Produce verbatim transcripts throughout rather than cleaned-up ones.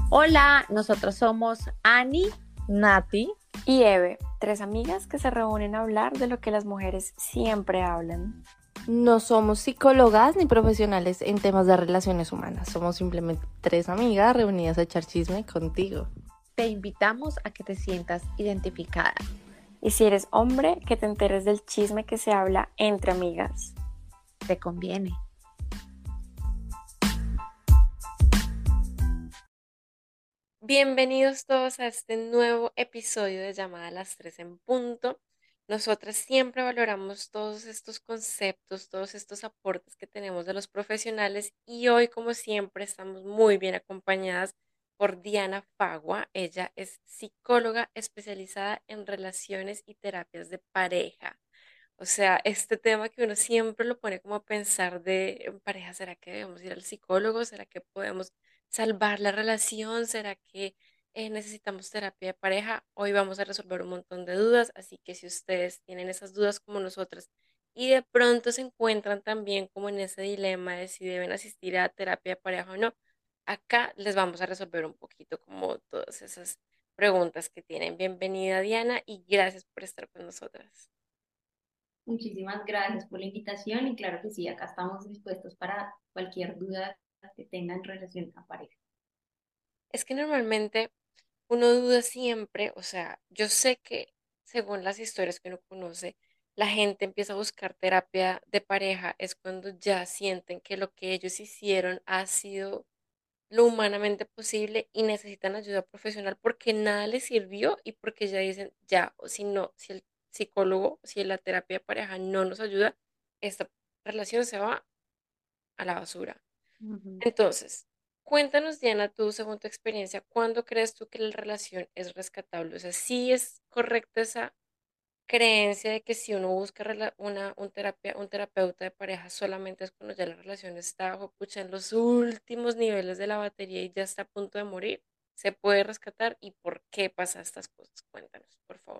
Hola, nosotros somos Ani. Nati, Y Eve, tres amigas que se reúnen a hablar de lo que las mujeres siempre hablan. no somos psicólogas ni profesionales en temas de relaciones humanas. Somos simplemente tres amigas reunidas a echar chisme contigo. Te invitamos a que te sientas identificada. Y si eres hombre, que te enteres del chisme que se habla entre amigas. Te conviene. Bienvenidos todos a este nuevo episodio de Llamada a las tres en punto. Nosotras siempre valoramos todos estos conceptos, todos estos aportes que tenemos de los profesionales y hoy, como siempre, estamos muy bien acompañadas por Diana Fagua. Ella es psicóloga especializada en relaciones y terapias de pareja. O sea, este tema que uno siempre lo pone como a pensar de en pareja, ¿será que debemos ir al psicólogo? ¿Será que podemos salvar la relación? ¿Será que eh, necesitamos terapia de pareja? Hoy vamos a resolver un montón de dudas, así que si ustedes tienen esas dudas como nosotras y de pronto se encuentran también como en ese dilema de si deben asistir a terapia de pareja o no, acá les vamos a resolver un poquito como todas esas preguntas que tienen. Bienvenida Diana y gracias por estar con nosotras. Muchísimas gracias por la invitación y claro que sí, acá estamos dispuestos para cualquier duda que tengan en relación a pareja. Es que normalmente uno duda siempre, o sea, yo sé que según las historias que uno conoce, la gente empieza a buscar terapia de pareja, es cuando ya sienten que lo que ellos hicieron ha sido lo humanamente posible y necesitan ayuda profesional porque nada les sirvió y porque ya dicen, ya, o si no, si el psicólogo, si la terapia de pareja no nos ayuda, esta relación se va a la basura. Ujú. Entonces, cuéntanos, Diana, tú, según tu experiencia, ¿cuándo crees tú que la relación es rescatable? O sea, ¿sí es correcta esa creencia de que si uno busca rela- una, un terapia, un terapeuta de pareja solamente es cuando ya la relación está, pucha, en los últimos niveles de la batería y ya está a punto de morir? ¿Se puede rescatar? ¿Y por qué pasa estas cosas? Cuéntanos, por favor.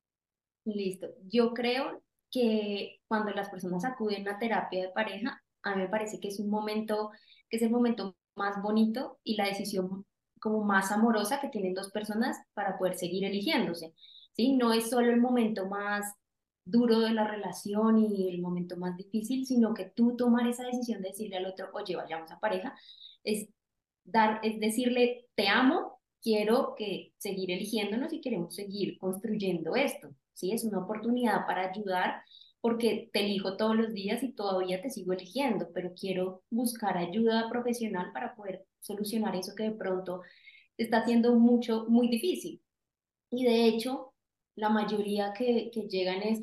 Listo. Yo creo que cuando las personas acuden a terapia de pareja, a mí me parece que es un momento, que es el momento más bonito y la decisión como más amorosa que tienen dos personas para poder seguir eligiéndose, ¿sí? No es solo el momento más duro de la relación y el momento más difícil, sino que tú tomar esa decisión de decirle al otro, oye, vayamos a pareja, es dar, es decirle, te amo, quiero que seguir eligiéndonos y queremos seguir construyendo esto, ¿sí? Es una oportunidad para ayudar porque te elijo todos los días y todavía te sigo eligiendo, pero quiero buscar ayuda profesional para poder solucionar eso que de pronto te está haciendo mucho, muy difícil. Y de hecho, la mayoría que, que llegan es,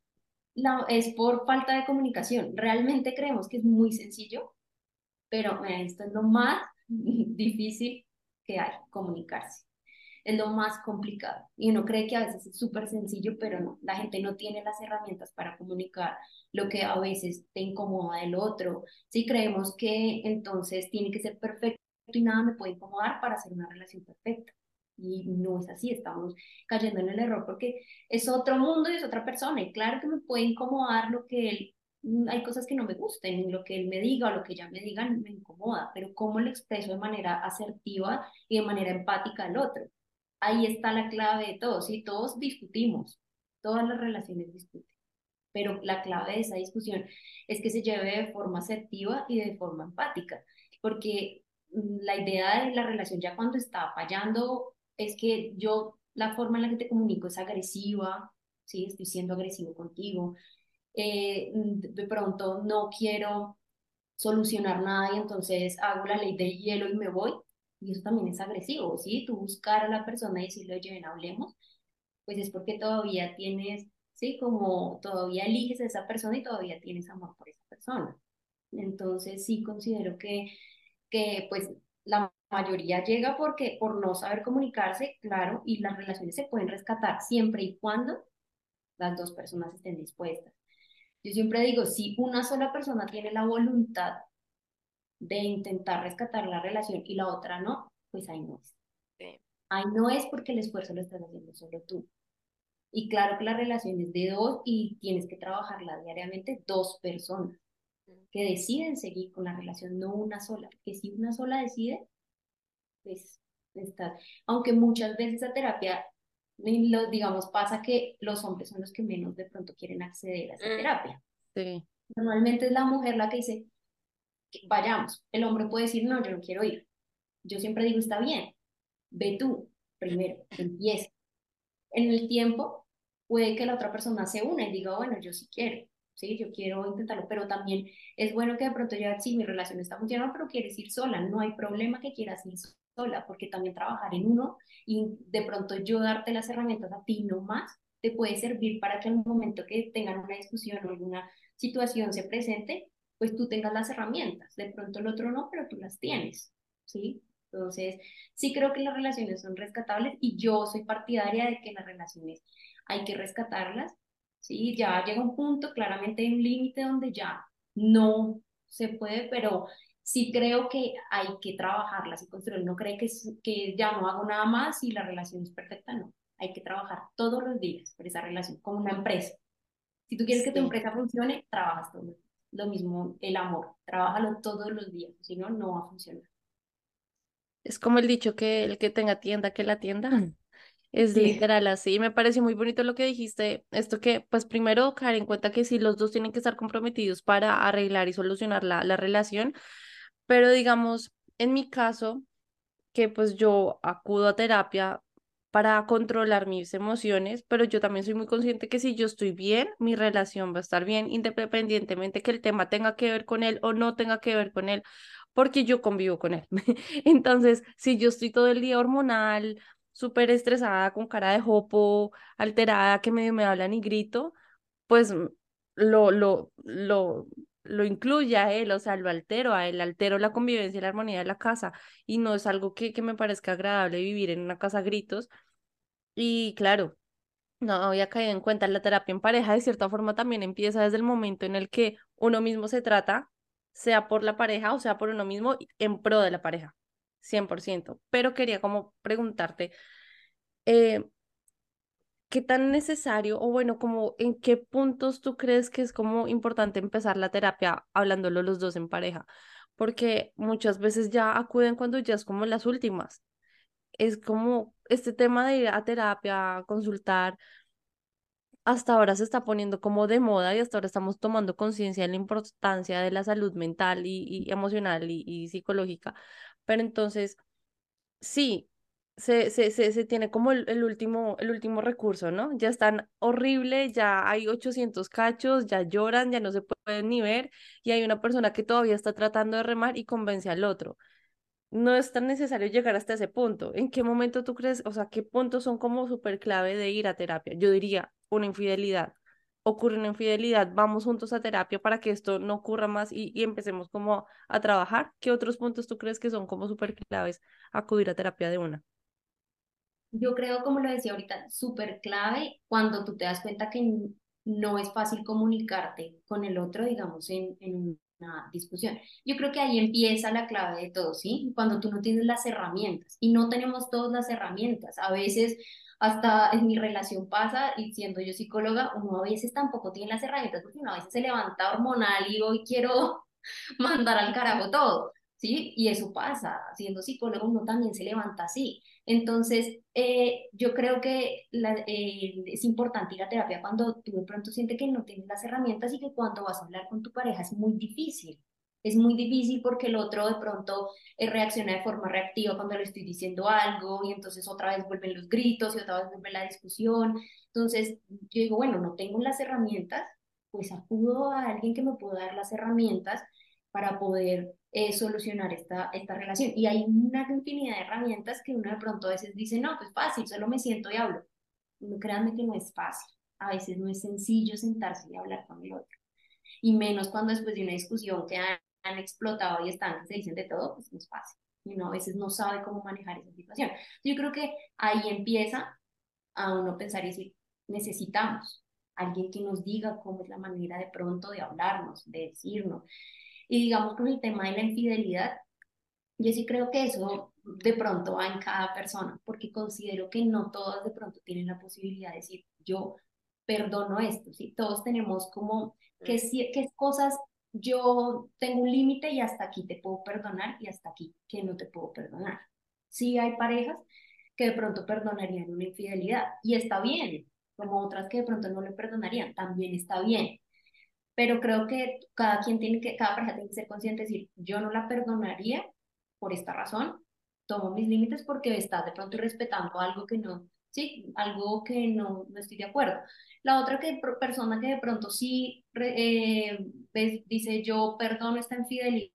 la, es por falta de comunicación. Realmente creemos que es muy sencillo, pero eh, esto es lo más difícil que hay, comunicarse. Es lo más complicado. Y uno cree que a veces es súper sencillo, pero no. La gente no tiene las herramientas para comunicar lo que a veces te incomoda del otro. Si creemos que entonces tiene que ser perfecto y nada me puede incomodar para hacer una relación perfecta. Y no es así, estamos cayendo en el error porque es otro mundo y es otra persona. Y claro que me puede incomodar lo que él, mm, hay cosas que no me gusten, y lo que él me diga o lo que ella me diga me incomoda, pero cómo lo expreso de manera asertiva y de manera empática al otro. Ahí está la clave de todo, ¿sí? Todos discutimos, todas las relaciones discuten, pero la clave de esa discusión es que se lleve de forma asertiva y de forma empática, porque mm, la idea de la relación ya cuando está fallando es que yo, la forma en la que te comunico es agresiva, ¿sí? Estoy siendo agresivo contigo, eh, mm, de pronto no quiero solucionar nada y entonces hago la ley del hielo y me voy. Y eso también es agresivo, ¿sí? Tú buscar a la persona y decirle, oye, ven, hablemos, pues es porque todavía tienes, ¿sí? Como todavía eliges a esa persona y todavía tienes amor por esa persona. Entonces sí considero que, que pues la mayoría llega porque por no saber comunicarse, claro, y las relaciones se pueden rescatar siempre y cuando las dos personas estén dispuestas. Yo siempre digo, si una sola persona tiene la voluntad de intentar rescatar la relación y la otra no, pues ahí no es. Sí. Ahí no es porque el esfuerzo lo estás haciendo solo tú. Y claro que la relación es de dos y tienes que trabajarla diariamente dos personas que deciden seguir con la relación, no una sola. Que si una sola decide, pues Estás, aunque muchas veces a terapia, y lo, digamos, pasa que los hombres son los que menos de pronto quieren acceder a esa Mm, terapia. Sí, Normalmente es la mujer la que dice, que vayamos. El hombre puede decir, no, yo no quiero ir. Yo siempre digo, está bien, ve tú primero, empieza. En el tiempo puede que la otra persona se una y diga, bueno, yo sí quiero, sí, yo quiero intentarlo, pero también es bueno que de pronto ya, sí, mi relación está funcionando, pero quieres ir sola, no hay problema que quieras ir sola, porque también trabajar en uno y de pronto yo darte las herramientas a ti no más, te puede servir para que en el momento que tengan una discusión o alguna situación se presente, pues tú tengas las herramientas, de pronto el otro no, pero tú las tienes, ¿sí? Entonces, sí creo que las relaciones son rescatables y yo soy partidaria de que las relaciones hay que rescatarlas, ¿sí? Ya llega un punto, claramente hay un límite donde ya no se puede, pero sí creo que hay que trabajarlas y construir. No cree que, es- que ya no hago nada más y la relación es perfecta, no. Hay que trabajar todos los días por esa relación, como una empresa. Si tú quieres que tu sí. empresa funcione, trabajas todos los días. Lo mismo el amor, trabájalo todos los días, si no, no va a funcionar. es como el dicho que el que tenga tienda, que la tienda. Es Sí. literal así. Me pareció muy bonito lo que dijiste. Esto que, pues primero, caer en cuenta que sí, los dos tienen que estar comprometidos para arreglar y solucionar la, la relación. Pero digamos, en mi caso, que pues yo acudo a terapia para controlar mis emociones, pero yo también soy muy consciente que si yo estoy bien, mi relación va a estar bien, independientemente que el tema tenga que ver con él o no tenga que ver con él, porque yo convivo con él. Entonces, si yo estoy todo el día hormonal, súper estresada, con cara de jopo, alterada, que medio me hablan y grito, pues mm, lo, lo, lo, lo incluye a él, o sea, lo altero a él, altero la convivencia y la armonía de la casa, y no es algo que, que me parezca agradable vivir en una casa a gritos. Y claro, no había caído en cuenta, la terapia en pareja de cierta forma también empieza desde el momento en el que uno mismo se trata, sea por la pareja o sea por uno mismo, en pro de la pareja, cien por ciento. Pero quería como preguntarte, eh, ¿qué tan necesario o bueno, como en qué puntos tú crees que es como importante empezar la terapia hablándolo los dos en pareja? Porque muchas veces ya acuden cuando ya es como las últimas. Es como este tema de ir a terapia, a consultar, hasta ahora se está poniendo como de moda y hasta ahora estamos tomando conciencia de la importancia de la salud mental y, y emocional y, y psicológica. Pero entonces sí, se, se, se, se tiene como el, el último, el último recurso, ¿no? Ya están horrible, ya hay ochocientos cachos, ya lloran, ya no se pueden ni ver, y hay una persona que todavía está tratando de remar y convence al otro. No es tan necesario llegar hasta ese punto. ¿En qué momento tú crees, o sea, qué puntos son como súper clave de ir a terapia? Yo diría, una infidelidad. Ocurre una infidelidad, vamos juntos a terapia para que esto no ocurra más y, y empecemos como a trabajar. ¿Qué otros puntos tú crees que son como súper claves acudir a terapia de una? Yo creo, como lo decía ahorita, súper clave cuando tú te das cuenta que n- no es fácil comunicarte con el otro, digamos, en, en una discusión. Yo creo que ahí empieza la clave de todo, ¿sí? Cuando tú no tienes las herramientas y no tenemos todas las herramientas. A veces, hasta en mi relación pasa, y siendo yo psicóloga, uno a veces tampoco tiene las herramientas porque uno a veces se levanta hormonal y hoy quiero mandar al carajo todo, ¿sí? Y eso pasa, siendo psicólogo uno también se levanta así. Entonces, eh, yo creo que la- eh, es importante ir a terapia cuando tú de pronto sientes que no tienes las herramientas y que cuando vas a hablar con tu pareja es muy difícil. Es muy difícil porque el otro de pronto eh, reacciona de forma reactiva cuando le estoy diciendo algo y entonces otra vez vuelven los gritos y otra vez vuelve la discusión. Entonces, yo digo, bueno, no tengo las herramientas, pues acudo a alguien que me pueda dar las herramientas para poder eh, solucionar esta, esta relación. Y hay una infinidad de herramientas que uno de pronto a veces dice, no, pues fácil, solo me siento y hablo. No, créanme que no es fácil. A veces no es sencillo sentarse y hablar con el otro. Y menos cuando después de una discusión que han, han explotado y están, que se dicen de todo, pues no es fácil. Y uno a veces no sabe cómo manejar esa situación. Yo creo que ahí empieza a uno pensar y decir, necesitamos alguien que nos diga cómo es la manera de pronto de hablarnos, de decirnos. Y digamos con el tema de la infidelidad, yo sí creo que eso de pronto va en cada persona, porque considero que no todas de pronto tienen la posibilidad de decir, yo perdono esto, ¿sí? Todos tenemos como que, Mm, si- que cosas, yo tengo un límite y hasta aquí te puedo perdonar y hasta aquí que no te puedo perdonar. Sí hay parejas que de pronto perdonarían una infidelidad y está bien, como otras que de pronto no le perdonarían, también está bien. Pero creo que cada quien tiene que, cada pareja tiene que ser consciente de decir, yo no la perdonaría por esta razón, tomo mis límites porque estás de pronto respetando algo que no, sí, algo que no, no estoy de acuerdo. La otra que, pro- persona que de pronto sí re- eh, ves- dice, yo perdono esta infidelidad,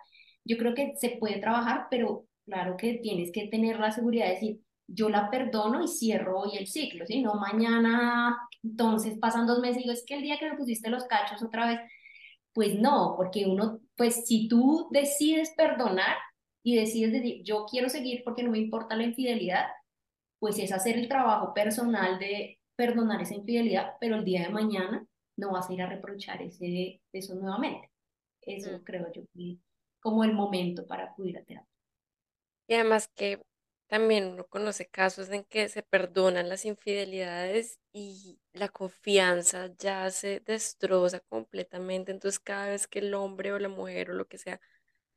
yo creo que se puede trabajar, pero claro que tienes que tener la seguridad de decir, yo la perdono y cierro hoy el ciclo, ¿sí? No mañana, entonces pasan dos meses y digo, es que el día que me pusiste los cachos otra vez, pues no, porque uno, pues si tú decides perdonar y decides decir, yo quiero seguir porque no me importa la infidelidad, pues es hacer el trabajo personal de perdonar esa infidelidad, pero el día de mañana no vas a ir a reprochar ese, eso nuevamente. Mm. Eso creo yo que es como el momento para acudir a terapia. Y además que también uno conoce casos en que se perdonan las infidelidades y la confianza ya se destroza completamente. Entonces cada vez que el hombre o la mujer o lo que sea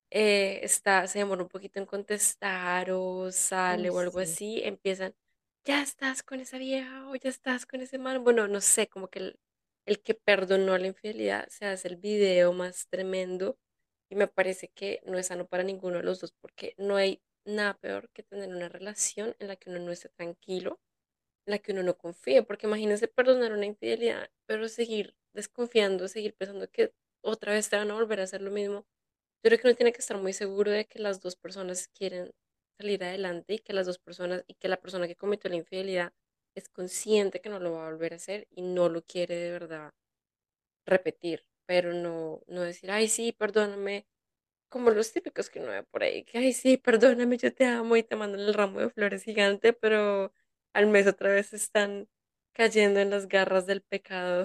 eh, está, se demora un poquito en contestar o sale Uy, o algo sí. así, empiezan, ya estás con esa vieja o ya estás con ese man. Bueno, no sé, como que el, el que perdonó la infidelidad se hace el video más tremendo y me parece que no es sano para ninguno de los dos porque no hay nada peor que tener una relación en la que uno no esté tranquilo, en la que uno no confíe, porque imagínense perdonar una infidelidad, pero seguir desconfiando, seguir pensando que otra vez te van a volver a hacer lo mismo. Yo creo que uno tiene que estar muy seguro de que las dos personas quieren salir adelante y que las dos personas y que la persona que cometió la infidelidad es consciente que no lo va a volver a hacer y no lo quiere de verdad repetir, pero no, no decir, ay, sí, perdóname, como los típicos que uno ve por ahí, que, ay, sí, perdóname, yo te amo y te mandan el ramo de flores gigante, pero al mes otra vez están cayendo en las garras del pecado.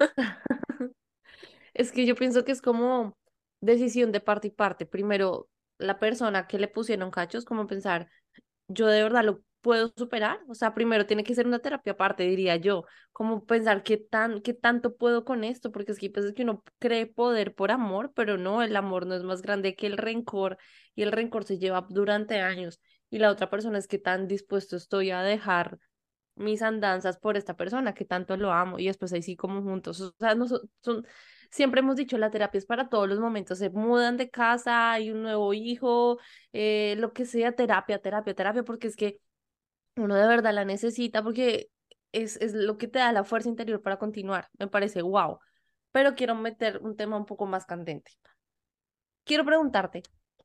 Es que yo pienso que es como decisión de parte y parte. Primero, la persona que le pusieron cachos, como pensar, yo de verdad lo puedo superar. O sea, primero tiene que ser una terapia aparte, diría yo, como pensar qué tan, qué tanto puedo con esto, porque es que hay veces que uno cree poder por amor, pero no, el amor no es más grande que el rencor y el rencor se lleva durante años. Y la otra persona es qué tan dispuesto estoy a dejar mis andanzas por esta persona que tanto lo amo y después ahí sí como juntos. O sea, no son, son- siempre hemos dicho, la terapia es para todos los momentos. Se mudan de casa, hay un nuevo hijo, eh, lo que sea, terapia, terapia, terapia, porque es que uno de verdad la necesita porque es, es lo que te da la fuerza interior para continuar. Me parece wow. Pero quiero meter un tema un poco más candente. Quiero preguntarte,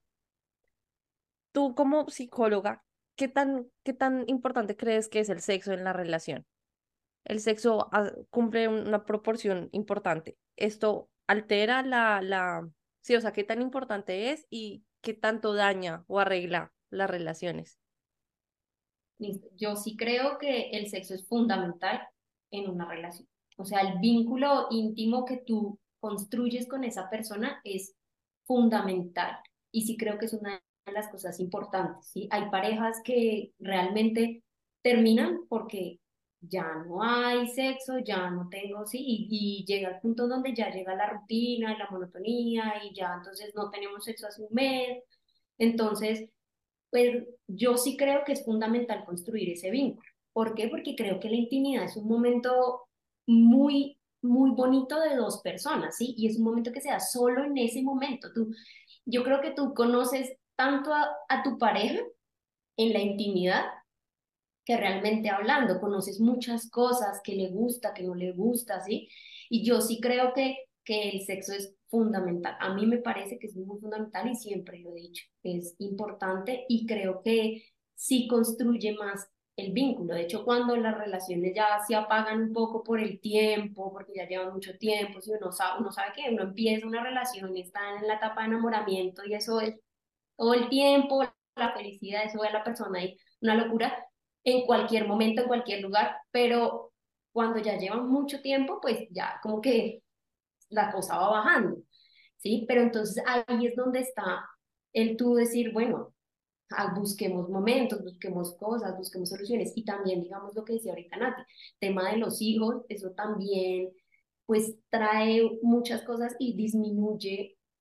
tú como psicóloga, ¿qué tan, qué tan importante crees que es el sexo en la relación? El sexo ah, cumple una proporción importante. Esto altera la, la, sí, o sea, qué tan importante es y qué tanto daña o arregla las relaciones. Listo. Yo sí creo que el sexo es fundamental en una relación. O sea, el vínculo íntimo que tú construyes con esa persona es fundamental. Y sí creo que es una de las cosas importantes, ¿sí? Hay parejas que realmente terminan porque ya no hay sexo, ya no tengo, sí, y, y llega al punto donde ya llega la rutina y la monotonía y ya entonces no tenemos sexo hace un mes. Entonces, pues yo sí creo que es fundamental construir ese vínculo. ¿Por qué? Porque creo que la intimidad es un momento muy, muy bonito de dos personas, ¿sí? Y es un momento que se da solo en ese momento. Tú, yo creo que tú conoces tanto a, a tu pareja en la intimidad que realmente hablando, conoces muchas cosas que le gusta, que no le gusta, ¿sí? Y yo sí creo que, que el sexo es fundamental. A mí me parece que es muy fundamental y siempre lo he dicho, es importante y creo que sí construye más el vínculo. De hecho, cuando las relaciones ya se apagan un poco por el tiempo, porque ya llevan mucho tiempo, si uno sabe, uno sabe que uno empieza una relación y está en la etapa de enamoramiento y eso es todo el tiempo, la felicidad, eso ve a la persona ahí, una locura, en cualquier momento, en cualquier lugar, pero cuando ya llevan mucho tiempo, pues ya como que la cosa va bajando, ¿sí? Pero entonces ahí es donde está el tú decir, bueno, ah, busquemos momentos, busquemos cosas, busquemos soluciones y también, digamos lo que decía ahorita Nati, tema de los hijos, eso también pues trae muchas cosas y disminuye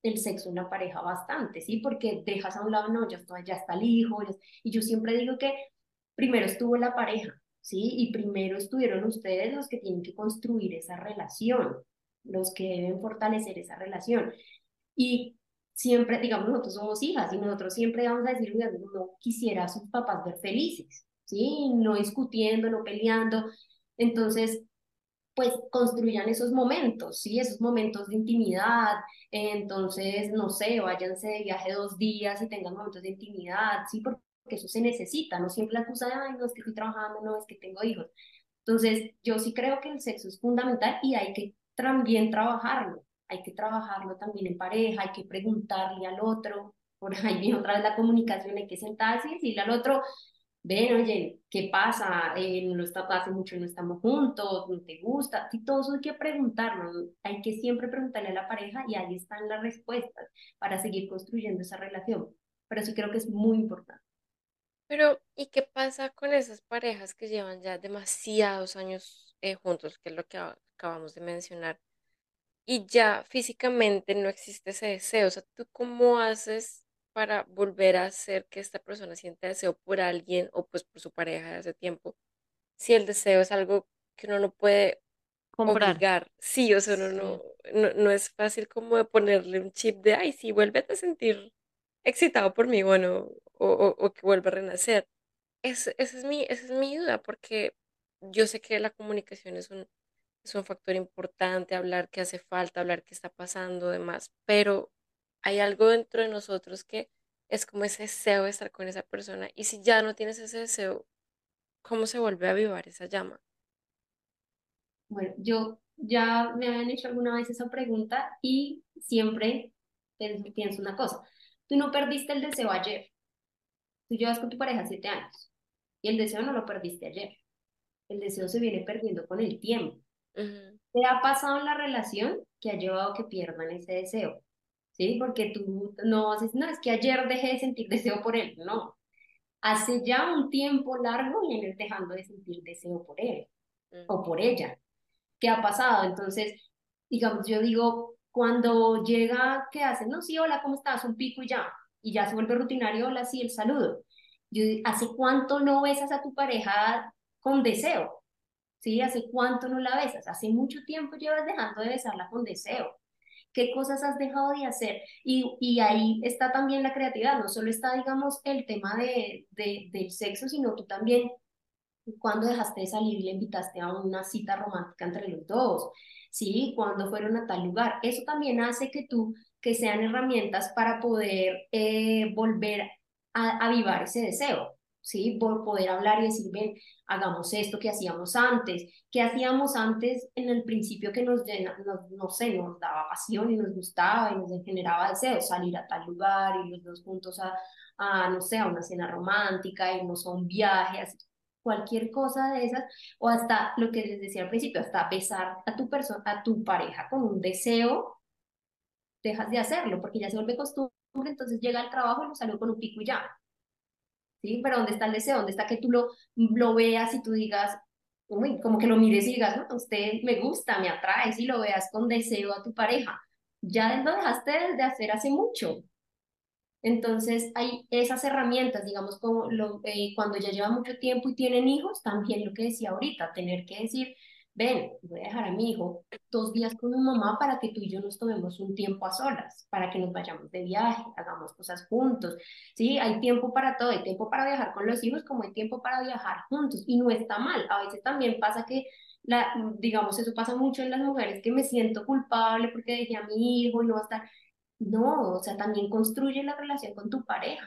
el sexo en la pareja bastante, ¿sí? Porque dejas a un lado, no, ya está, ya está el hijo, ya- y yo siempre digo que primero estuvo la pareja, ¿sí? Y primero estuvieron ustedes los que tienen que construir esa relación, los que deben fortalecer esa relación. Y siempre, digamos, nosotros somos hijas y nosotros siempre vamos a decir, "Oiga, no quisiera a sus papás ver felices, ¿sí? No discutiendo, no peleando. Entonces, pues construyan esos momentos, ¿sí? Esos momentos de intimidad. Entonces, no sé, váyanse de viaje dos días y tengan momentos de intimidad, ¿sí? Porque eso se necesita, no siempre la excusa de, ay, no, es que estoy trabajando, no, es que tengo hijos. Entonces, yo sí creo que el sexo es fundamental y hay que también trabajarlo. Hay que trabajarlo también en pareja, hay que preguntarle al otro. Por ahí viene otra vez la comunicación, hay que sentarse y decirle al otro, ven, oye, ¿qué pasa? Eh, no está, hace mucho no estamos juntos, no te gusta. Y todo eso hay que preguntarlo. Hay que siempre preguntarle a la pareja y ahí están las respuestas para seguir construyendo esa relación. Pero sí creo que es muy importante. Pero, ¿y qué pasa con esas parejas que llevan ya demasiados años eh, juntos, que es lo que a- acabamos de mencionar, y ya físicamente no existe ese deseo? O sea, ¿tú cómo haces para volver a hacer que esta persona sienta deseo por alguien o pues por su pareja de hace tiempo, si el deseo es algo que uno no puede Comprar. obligar? Sí, o sea, uno no, Sí. no, no es fácil como de ponerle un chip de, ay, sí, vuélvete a sentir excitado por mí, bueno, o, o, o que vuelva a renacer. Es, esa es mi, esa es mi duda, porque yo sé que la comunicación es un, es un factor importante, hablar qué hace falta, hablar qué está pasando, demás, pero hay algo dentro de nosotros que es como ese deseo de estar con esa persona, y si ya no tienes ese deseo, ¿cómo se vuelve a avivar esa llama? Bueno, yo ya me habían hecho alguna vez esa pregunta y siempre pienso, pienso una cosa. Tú no perdiste el deseo ayer. Tú llevas con tu pareja siete años y el deseo no lo perdiste ayer. El deseo se viene perdiendo con el tiempo. Ujú, ¿Qué ha pasado en la relación que ha llevado a que pierdan ese deseo? ¿Sí? Porque tú no haces, no, es que ayer dejé de sentir deseo por él. No, hace ya un tiempo largo vienes dejando de sentir deseo por él o ujú, por ella. ¿Qué ha pasado? Entonces, digamos, yo digo, cuando llega, ¿qué hacen? No, sí, hola, ¿cómo estás? Un pico y ya. Y ya se vuelve rutinario, hola, sí, el saludo. Yo, digo, ¿hace cuánto no besas a tu pareja con deseo? ¿Sí? ¿Hace cuánto no la besas? Hace mucho tiempo llevas dejando de besarla con deseo. ¿Qué cosas has dejado de hacer? Y, y ahí está también la creatividad, no solo está, digamos, el tema de, de, del sexo, sino tú también cuando dejaste de salir y le invitaste a una cita romántica entre los dos, ¿sí? Cuando fueron a tal lugar. Eso también hace que tú, que sean herramientas para poder eh, volver a a avivar ese deseo, ¿sí? Por poder hablar y decir, ven, hagamos esto que hacíamos antes, que hacíamos antes en el principio que nos llena, nos, no sé, nos daba pasión y nos gustaba y nos generaba deseo, salir a tal lugar y los dos juntos a, a no sé, a una cena romántica, irnos a un viaje, así cualquier cosa de esas, o hasta lo que les decía al principio, hasta besar a tu persona, a tu pareja con un deseo, dejas de hacerlo, porque ya se vuelve costumbre, entonces llega al trabajo y lo saludo con un pico y ya, ¿sí? Pero ¿dónde está el deseo? ¿Dónde está que tú lo, lo veas y tú digas, uy, como que lo mires y digas, no, usted me gusta, me atrae, y lo veas con deseo a tu pareja? Ya lo dejaste de hacer hace mucho. Entonces, hay esas herramientas, digamos, como lo, eh, cuando ya lleva mucho tiempo y tienen hijos, también lo que decía ahorita, tener que decir, ven, voy a dejar a mi hijo dos días con mi mamá para que tú y yo nos tomemos un tiempo a solas, para que nos vayamos de viaje, hagamos cosas juntos, ¿sí? Hay tiempo para todo, hay tiempo para viajar con los hijos como hay tiempo para viajar juntos, y no está mal. A veces también pasa que, la, digamos, eso pasa mucho en las mujeres, que me siento culpable porque dejé a mi hijo y no va a estar. No, o sea, también construye la relación con tu pareja.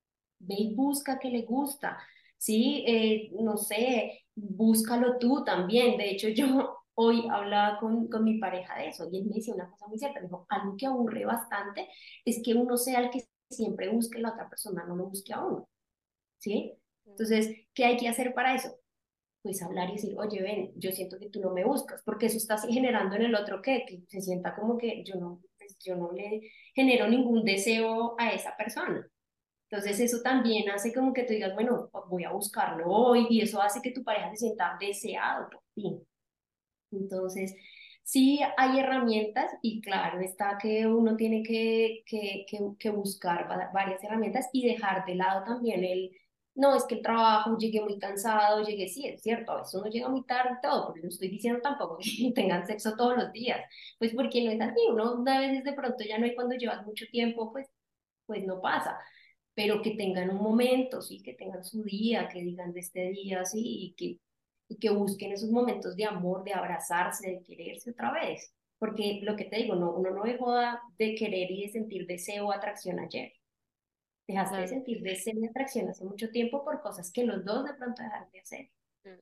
Ve y busca que le gusta, ¿sí? Eh, no sé, búscalo tú también. De hecho, yo hoy hablaba con, con mi pareja de eso y él me dice una cosa muy cierta. Me dijo, algo que aburre bastante es que uno sea el que siempre busque y la otra persona no lo busque a uno, ¿sí? Entonces, ¿qué hay que hacer para eso? Pues hablar y decir, oye, ven, yo siento que tú no me buscas, porque eso está generando en el otro que, que se sienta como que yo no, pues, yo no le genero ningún deseo a esa persona. Entonces ujú. eso también hace como que tú digas, bueno, voy a buscarlo hoy y eso hace que tu pareja se sienta deseado por ti. Entonces, Sí hay herramientas y claro está que uno tiene que, que, que, que buscar va- varias herramientas y dejar de lado también el, no, es que el trabajo, llegué muy cansado, llegué, sí, es cierto, a veces uno llega muy tarde y todo, pero no estoy diciendo tampoco que tengan sexo todos los días, pues porque no es así, uno a veces de pronto ya no hay cuando llevas mucho tiempo, pues, pues no pasa, pero que tengan un momento, sí, que tengan su día, que digan de este día, sí, y que, y que busquen esos momentos de amor, de abrazarse, de quererse otra vez. Porque lo que te digo, no, uno no dejó de querer y de sentir deseo o atracción ayer. Dejaste de Claro. sentir deseo y atracción hace mucho tiempo por cosas que los dos de pronto dejaron de hacer. Mm.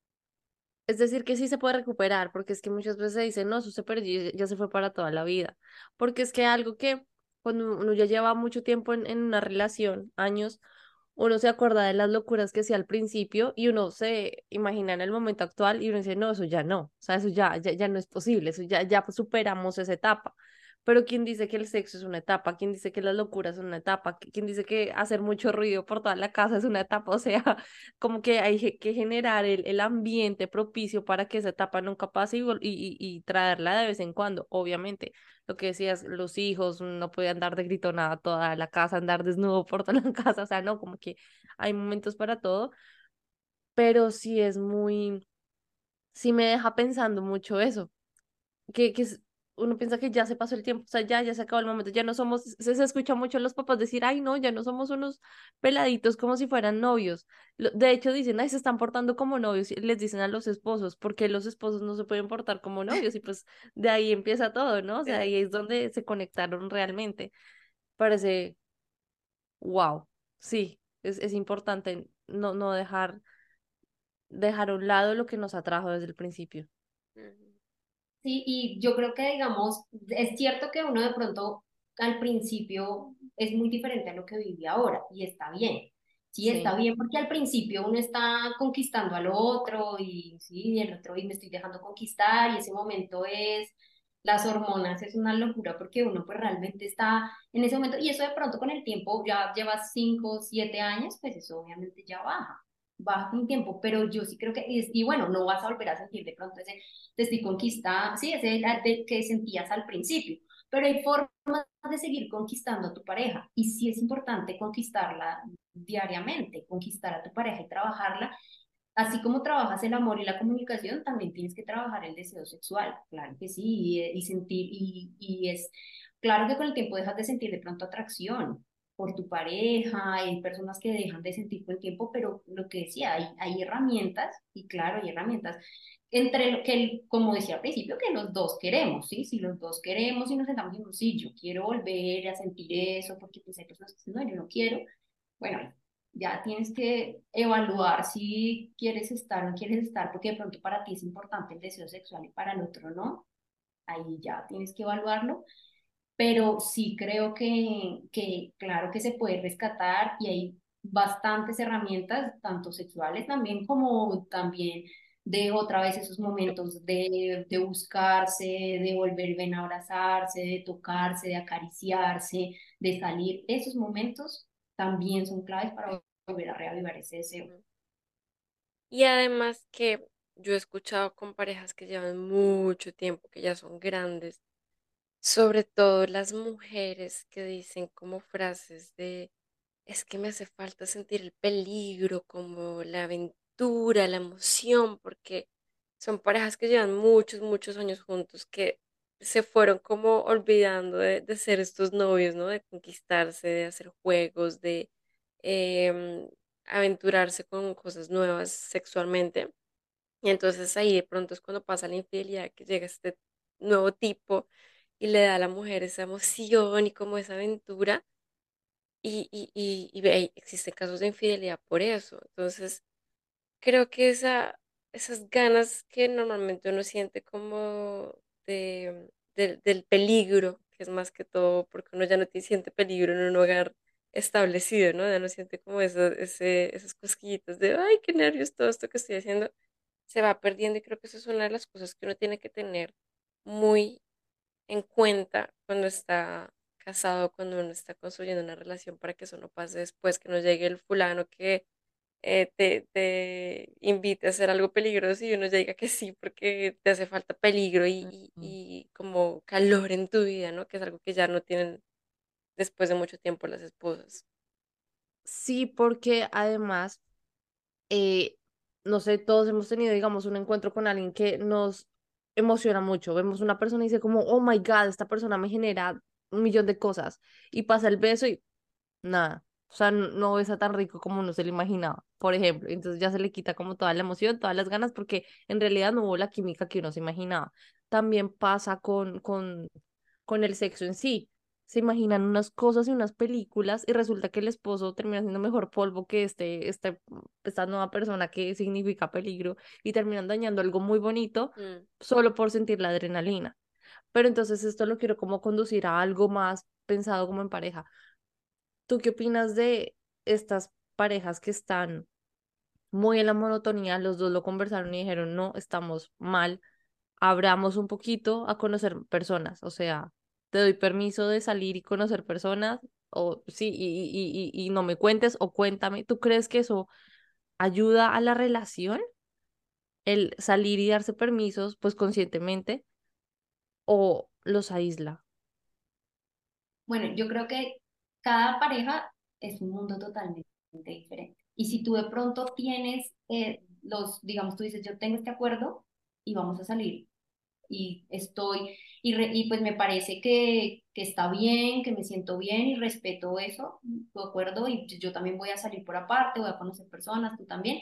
Es decir, que sí se puede recuperar, porque es que muchas veces se dice, no, eso se perdió, ya se fue para toda la vida. Porque es que algo que cuando uno ya lleva mucho tiempo en, en una relación, años, uno se acuerda de las locuras que hacía al principio y uno se imagina en el momento actual y uno dice, no, eso ya no, o sea, eso ya, ya, ya no es posible, eso ya, ya superamos esa etapa. Pero ¿quién dice que el sexo es una etapa? ¿Quién dice que las locuras son una etapa? ¿Quién dice que hacer mucho ruido por toda la casa es una etapa? O sea, como que hay ge- que generar el, el ambiente propicio para que esa etapa nunca pase y, vol- y, y, y traerla de vez en cuando. Obviamente, lo que decías, los hijos no pueden andar de gritonada toda la casa, andar desnudo por toda la casa, o sea, no, como que hay momentos para todo, pero sí es muy, sí me deja pensando mucho eso que, que es- uno piensa que ya se pasó el tiempo, o sea, ya, ya se acabó el momento, ya no somos, se, se escucha mucho a los papás decir, ay, no, ya no somos unos peladitos como si fueran novios. Lo- De hecho, dicen, ay, se están portando como novios, y les dicen a los esposos, porque los esposos no se pueden portar como novios, y pues de ahí empieza todo, ¿no? O sea, ahí es donde se conectaron realmente. Parece, wow, sí, es, es importante no, no dejar, dejar a un lado lo que nos atrajo desde el principio. Ujú. Sí, y yo creo que, digamos, es cierto que uno de pronto al principio es muy diferente a lo que vive ahora y está bien. Sí, está Sí. bien porque al principio uno está conquistando al otro y sí, el otro y me estoy dejando conquistar y ese momento es las hormonas, es una locura porque uno pues realmente está en ese momento y eso de pronto con el tiempo ya llevas cinco, siete años, pues eso obviamente ya baja, baja con el tiempo, pero yo sí creo que, y, y bueno, no vas a volver a sentir de pronto ese te estoy conquistando, sí, ese la- de, que sentías al principio, pero hay formas de seguir conquistando a tu pareja y sí es importante conquistarla diariamente, conquistar a tu pareja y trabajarla. Así como trabajas el amor y la comunicación, también tienes que trabajar el deseo sexual, claro que sí, y, y sentir, y, y es claro que con el tiempo dejas de sentir de pronto atracción por tu pareja, hay personas que dejan de sentir con el tiempo, pero lo que decía, hay, hay herramientas, y claro, hay herramientas, entre lo que, el- como decía al principio, que los dos queremos, ¿sí? Si los dos queremos y nos sentamos y decimos, sí, yo quiero volver a sentir eso, porque pues hay personas que dicen, no, yo no quiero, bueno, ya tienes que evaluar si quieres estar o no quieres estar, porque de pronto para ti es importante el deseo sexual y para el otro no. Ahí ya tienes que evaluarlo, pero sí creo que, que claro que se puede rescatar y hay bastantes herramientas, tanto sexuales también como también de otra vez esos momentos de, de buscarse, de volver ven a abrazarse, de tocarse, de acariciarse, de salir. Esos momentos también son claves para volver a reavivar ese deseo. Ujú. Y además que yo he escuchado con parejas que llevan mucho tiempo, que ya son grandes, sobre todo las mujeres que dicen como frases de, es que me hace falta sentir el peligro, como la aventura, la emoción, porque son parejas que llevan muchos, muchos años juntos, que se fueron como olvidando de, de ser estos novios, ¿no? De conquistarse, de hacer juegos, de em, aventurarse con cosas nuevas sexualmente. Y entonces ahí de pronto es cuando pasa la infidelidad, que llega este nuevo tipo y le da a la mujer esa emoción y como esa aventura. Y, y, y, y ve, existen casos de infidelidad por eso. Entonces, creo que esa, esas ganas que normalmente uno siente como de, del del peligro, que es más que todo porque uno ya no te siente peligro en un hogar establecido, ¿no? Ya no siente como eso, ese, esas cosquillitas de, ay, qué nervios todo esto que estoy haciendo, se va perdiendo y creo que eso es una de las cosas que uno tiene que tener muy en cuenta cuando está casado, cuando uno está construyendo una relación para que eso no pase después, que no llegue el fulano que eh, te, te invite a hacer algo peligroso y uno ya diga que sí porque te hace falta peligro y, y, Ujú. y como calor en tu vida, ¿no? Que es algo que ya no tienen después de mucho tiempo las esposas. Sí, porque además, eh, no sé, todos hemos tenido, digamos, un encuentro con alguien que nos emociona mucho. Vemos una persona y dice como, oh my God, esta persona me genera un millón de cosas. Y pasa el beso y nada. O sea, no, no besa tan rico como uno se lo imaginaba, por ejemplo. Entonces ya se le quita como toda la emoción, todas las ganas, porque en realidad no hubo la química que uno se imaginaba. También pasa con, con, con el sexo en sí. Se imaginan unas cosas y unas películas y resulta que el esposo termina siendo mejor polvo que este, este, esta nueva persona que significa peligro y terminan dañando algo muy bonito Mm. solo por sentir la adrenalina. Pero entonces esto lo quiero como conducir a algo más pensado como en pareja. ¿Tú qué opinas de estas parejas que están muy en la monotonía? Los dos lo conversaron y dijeron, no, estamos mal, abramos un poquito a conocer personas, o sea, te doy permiso de salir y conocer personas, o sí, y, y, y, y no me cuentes o cuéntame. ¿Tú crees que eso ayuda a la relación, el salir y darse permisos, pues conscientemente, o los aísla? Bueno, yo creo que cada pareja es un mundo totalmente diferente. Y si tú de pronto tienes eh, los, digamos, tú dices, yo tengo este acuerdo y vamos a salir y estoy, y, re- y pues me parece que, que está bien, que me siento bien y respeto eso, tu acuerdo, y yo también voy a salir por aparte, voy a conocer personas, tú también.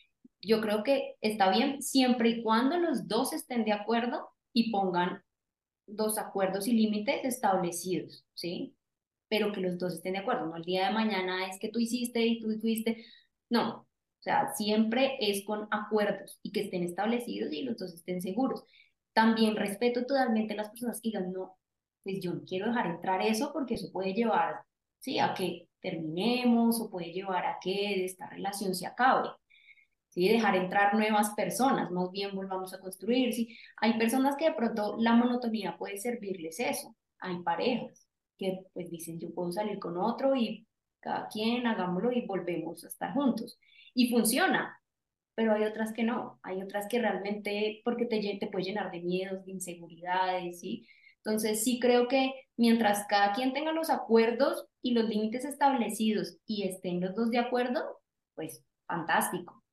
Yo creo que está bien siempre y cuando los dos estén de acuerdo y pongan dos acuerdos y límites establecidos, ¿sí? Pero que los dos estén de acuerdo, no el día de mañana es que tú hiciste y tú fuiste, no, o sea, siempre es con acuerdos y que estén establecidos y los dos estén seguros. También respeto totalmente a las personas que digan, no, pues yo no quiero dejar entrar eso porque eso puede llevar, sí, a que terminemos o puede llevar a que esta relación se acabe. ¿Sí? Dejar entrar nuevas personas, más bien volvamos a construir, ¿sí? Hay personas que de pronto la monotonía puede servirles eso, hay parejas que pues dicen yo puedo salir con otro y cada quien hagámoslo y volvemos a estar juntos y funciona, pero hay otras que no, hay otras que realmente porque te, lle- te puede llenar de miedos, de inseguridades, ¿sí? Entonces sí creo que mientras cada quien tenga los acuerdos y los límites establecidos y estén los dos de acuerdo, pues fantástico.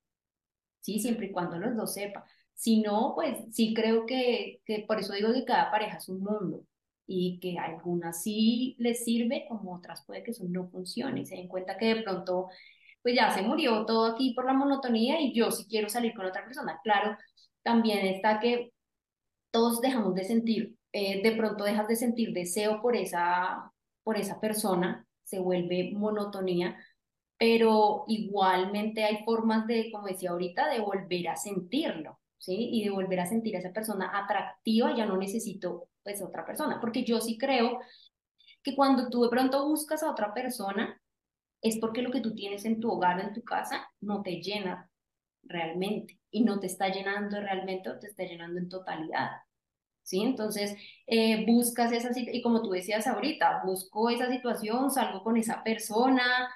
Sí, siempre y cuando los dos sepan. Si no, pues sí creo que, que por eso digo que cada pareja es un mundo y que a algunas sí les sirve, como otras puede que eso no funcione y se den cuenta que de pronto pues ya se murió todo aquí por la monotonía y yo sí quiero salir con otra persona. Claro, también está que todos dejamos de sentir, eh, de pronto dejas de sentir deseo por esa, por esa persona, se vuelve monotonía, pero igualmente hay formas de, como decía ahorita, de volver a sentirlo, ¿sí? Y de volver a sentir a esa persona atractiva, ya no necesito pues otra persona, porque yo sí creo que cuando tú de pronto buscas a otra persona, es porque lo que tú tienes en tu hogar, en tu casa, no te llena realmente, y no te está llenando realmente o te está llenando en totalidad. ¿Sí? Entonces, eh, buscas esa situación, y como tú decías ahorita, busco esa situación, salgo con esa persona,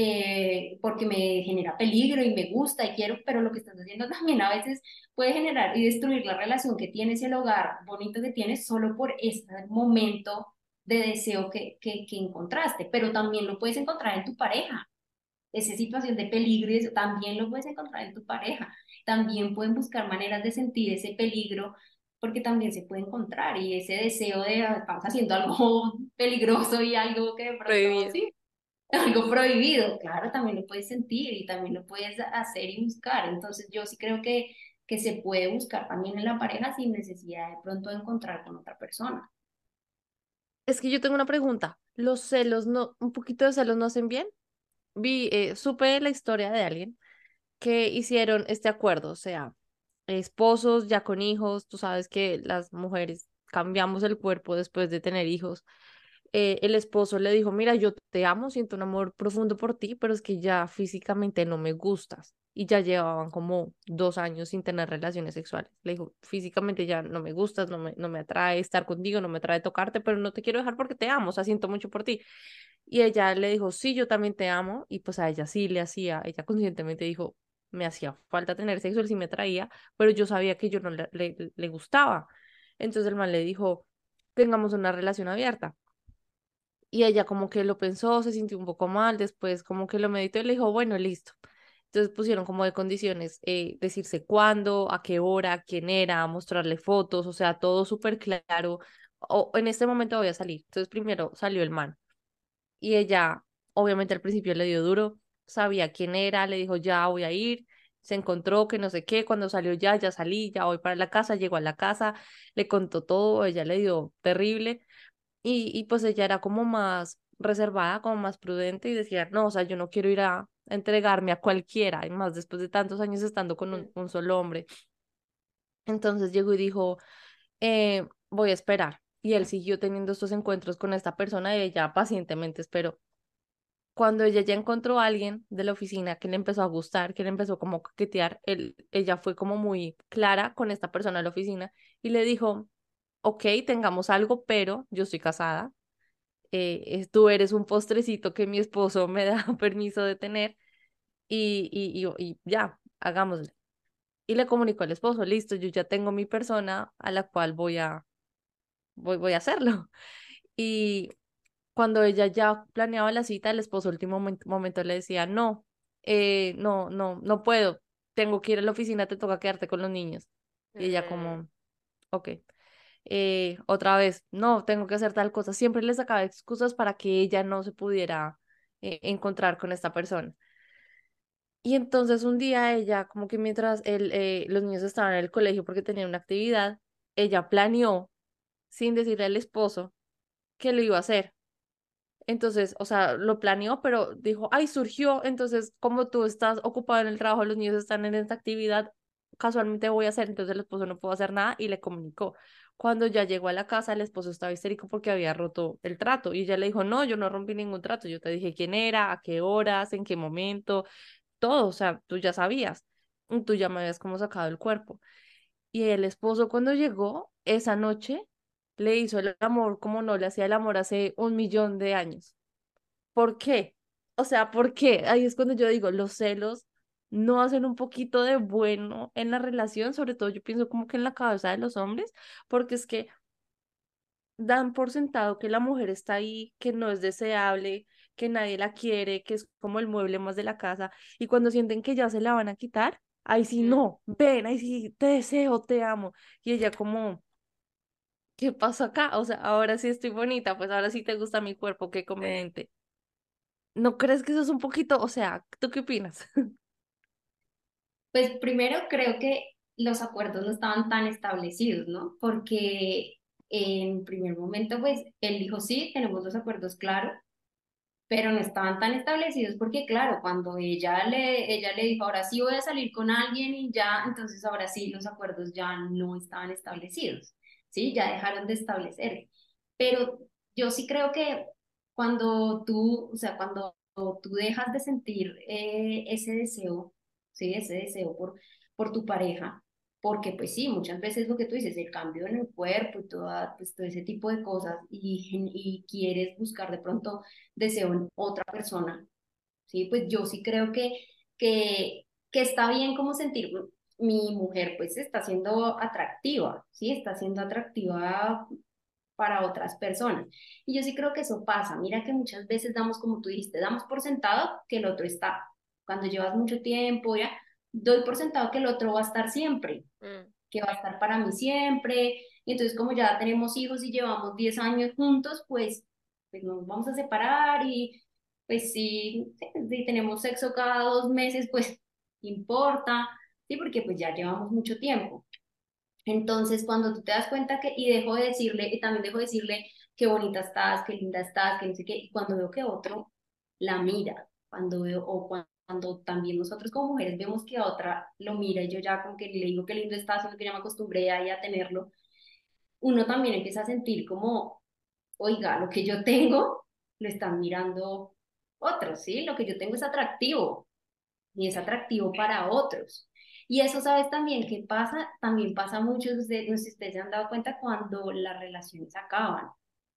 eh, porque me genera peligro y me gusta y quiero, pero lo que estás haciendo también a veces puede generar y destruir la relación que tienes, el hogar bonito que tienes, solo por ese momento de deseo que, que, que encontraste, pero también lo puedes encontrar en tu pareja. Esa situación de peligro y eso también lo puedes encontrar en tu pareja. También pueden buscar maneras de sentir ese peligro porque también se puede encontrar y ese deseo de "Ah, estamos haciendo algo peligroso y algo que de pronto, Prohibido. sí, algo prohibido, claro, también lo puedes sentir y también lo puedes hacer y buscar. Entonces yo sí creo que, que se puede buscar también en la pareja sin necesidad de pronto de encontrar con otra persona. Es que yo tengo una pregunta. ¿Los celos no, un poquito de celos no hacen bien? Vi, eh, supe la historia de alguien que hicieron este acuerdo, o sea, esposos ya con hijos, tú sabes que las mujeres cambiamos el cuerpo después de tener hijos, eh, el esposo le dijo, mira, yo te amo, siento un amor profundo por ti, pero es que ya físicamente no me gustas. Y ya llevaban como dos años sin tener relaciones sexuales. Le dijo, físicamente ya no me gustas, no me, no me atrae estar contigo, no me atrae tocarte, pero no te quiero dejar porque te amo, o sea, siento mucho por ti. Y ella le dijo, sí, yo también te amo. Y pues a ella sí le hacía, ella conscientemente dijo, me hacía falta tener sexo, él sí me traía, pero yo sabía que yo no le, le, le gustaba. Entonces el man le dijo, tengamos una relación abierta. Y ella como que lo pensó, se sintió un poco mal, después como que lo meditó y le dijo, bueno, listo. Entonces pusieron como de condiciones, eh, decirse cuándo, a qué hora, quién era, mostrarle fotos, o sea, todo súper claro. O en este momento voy a salir. Entonces primero salió el man y ella, obviamente al principio le dio duro, sabía quién era, le dijo, ya voy a ir, se encontró que no sé qué, cuando salió ya, ya salí, ya voy para la casa, llegó a la casa, le contó todo, ella le dio terrible y, y pues ella era como más reservada, como más prudente y decía, no, o sea, yo no quiero ir a entregarme a cualquiera, y más después de tantos años estando con un, Mm. un solo hombre. Entonces llegó y dijo, eh, voy a esperar. Y él siguió teniendo estos encuentros con esta persona y ella pacientemente esperó. Cuando ella ya encontró a alguien de la oficina que le empezó a gustar, que le empezó como a coquetear, él, ella fue como muy clara con esta persona de la oficina y le dijo, ok, tengamos algo, pero yo estoy casada, eh, es- tú eres un postrecito que mi esposo me da permiso de tener y, y, y, y ya, hagámoslo. Y le comunicó al esposo, listo, yo ya tengo mi persona a la cual voy a, voy, voy a hacerlo. Y cuando ella ya planeaba la cita, el esposo al último momen- momento le decía, no, eh, no, no, no puedo, tengo que ir a la oficina, te toca quedarte con los niños. Y ella Mm. como, ok. Eh, otra vez, no, tengo que hacer tal cosa. Siempre le sacaba excusas para que ella no se pudiera eh, encontrar con esta persona. Y entonces un día ella, como que mientras el, eh, los niños estaban en el colegio porque tenían una actividad, ella planeó, sin decirle al esposo, que lo iba a hacer. Entonces, o sea, lo planeó, pero dijo, ay, surgió, entonces, como tú estás ocupado en el trabajo, los niños están en esta actividad, casualmente voy a hacer, entonces el esposo no pudo hacer nada y le comunicó. Cuando ya llegó a la casa, el esposo estaba histérico porque había roto el trato y ella le dijo, no, yo no rompí ningún trato, yo te dije quién era, a qué horas, en qué momento, todo, o sea, tú ya sabías, y tú ya me habías como sacado el cuerpo. Y el esposo cuando llegó esa noche, le hizo el amor como no le hacía el amor hace un millón de años. ¿Por qué? O sea, ¿por qué? Ahí es cuando yo digo, los celos no hacen un poquito de bueno en la relación, sobre todo yo pienso como que en la cabeza de los hombres, porque es que dan por sentado que la mujer está ahí, que no es deseable, que nadie la quiere, que es como el mueble más de la casa, y cuando sienten que ya se la van a quitar, ahí sí Mm. no, ven, ahí sí te deseo, te amo, y ella como, ¿qué pasó acá? O sea, ahora sí estoy bonita, pues ahora sí te gusta mi cuerpo, qué Sí. conveniente. ¿No crees que eso es un poquito, o sea, ¿tú qué opinas? Pues primero creo que los acuerdos no estaban tan establecidos, ¿no? Porque en primer momento, pues él dijo, sí, tenemos los acuerdos claros, pero no estaban tan establecidos porque, claro, cuando ella le, ella le dijo, ahora sí voy a salir con alguien y ya, entonces ahora sí los acuerdos ya no estaban establecidos, ¿sí? Ya dejaron de establecer. Pero yo sí creo que cuando tú, o sea, cuando tú dejas de sentir eh, ese deseo, ¿sí? Ese deseo por, por tu pareja, porque pues sí, muchas veces lo que tú dices, el cambio en el cuerpo y toda, pues, todo ese tipo de cosas y, y quieres buscar de pronto deseo en otra persona, ¿sí? Pues yo sí creo que, que, que está bien como sentir, mi mujer pues está siendo atractiva, ¿sí? Está siendo atractiva para otras personas. Y yo sí creo que eso pasa. Mira que muchas veces damos, como tú dijiste, damos por sentado que el otro está. Cuando llevas mucho tiempo, ya, doy por sentado que el otro va a estar siempre, Mm. que va a estar para mí siempre. Y entonces como ya tenemos hijos y llevamos diez años juntos, pues, pues nos vamos a separar y pues si, si tenemos sexo cada dos meses, pues importa, ¿sí? Porque pues ya llevamos mucho tiempo. Entonces, cuando tú te das cuenta que, y dejo de decirle, y también dejo de decirle qué bonita estás, qué linda estás, que no sé qué, y cuando veo que otro la mira, cuando veo, o cuando, cuando también nosotros como mujeres vemos que otra lo mira y yo ya como que le digo qué lindo estás, sino que ya me acostumbré ahí a tenerlo, uno también empieza a sentir como, oiga, lo que yo tengo lo están mirando otros, ¿sí? Lo que yo tengo es atractivo y es atractivo para otros. Y eso, ¿sabes también qué pasa? También pasa mucho, ustedes, no sé si ustedes se han dado cuenta cuando las relaciones acaban.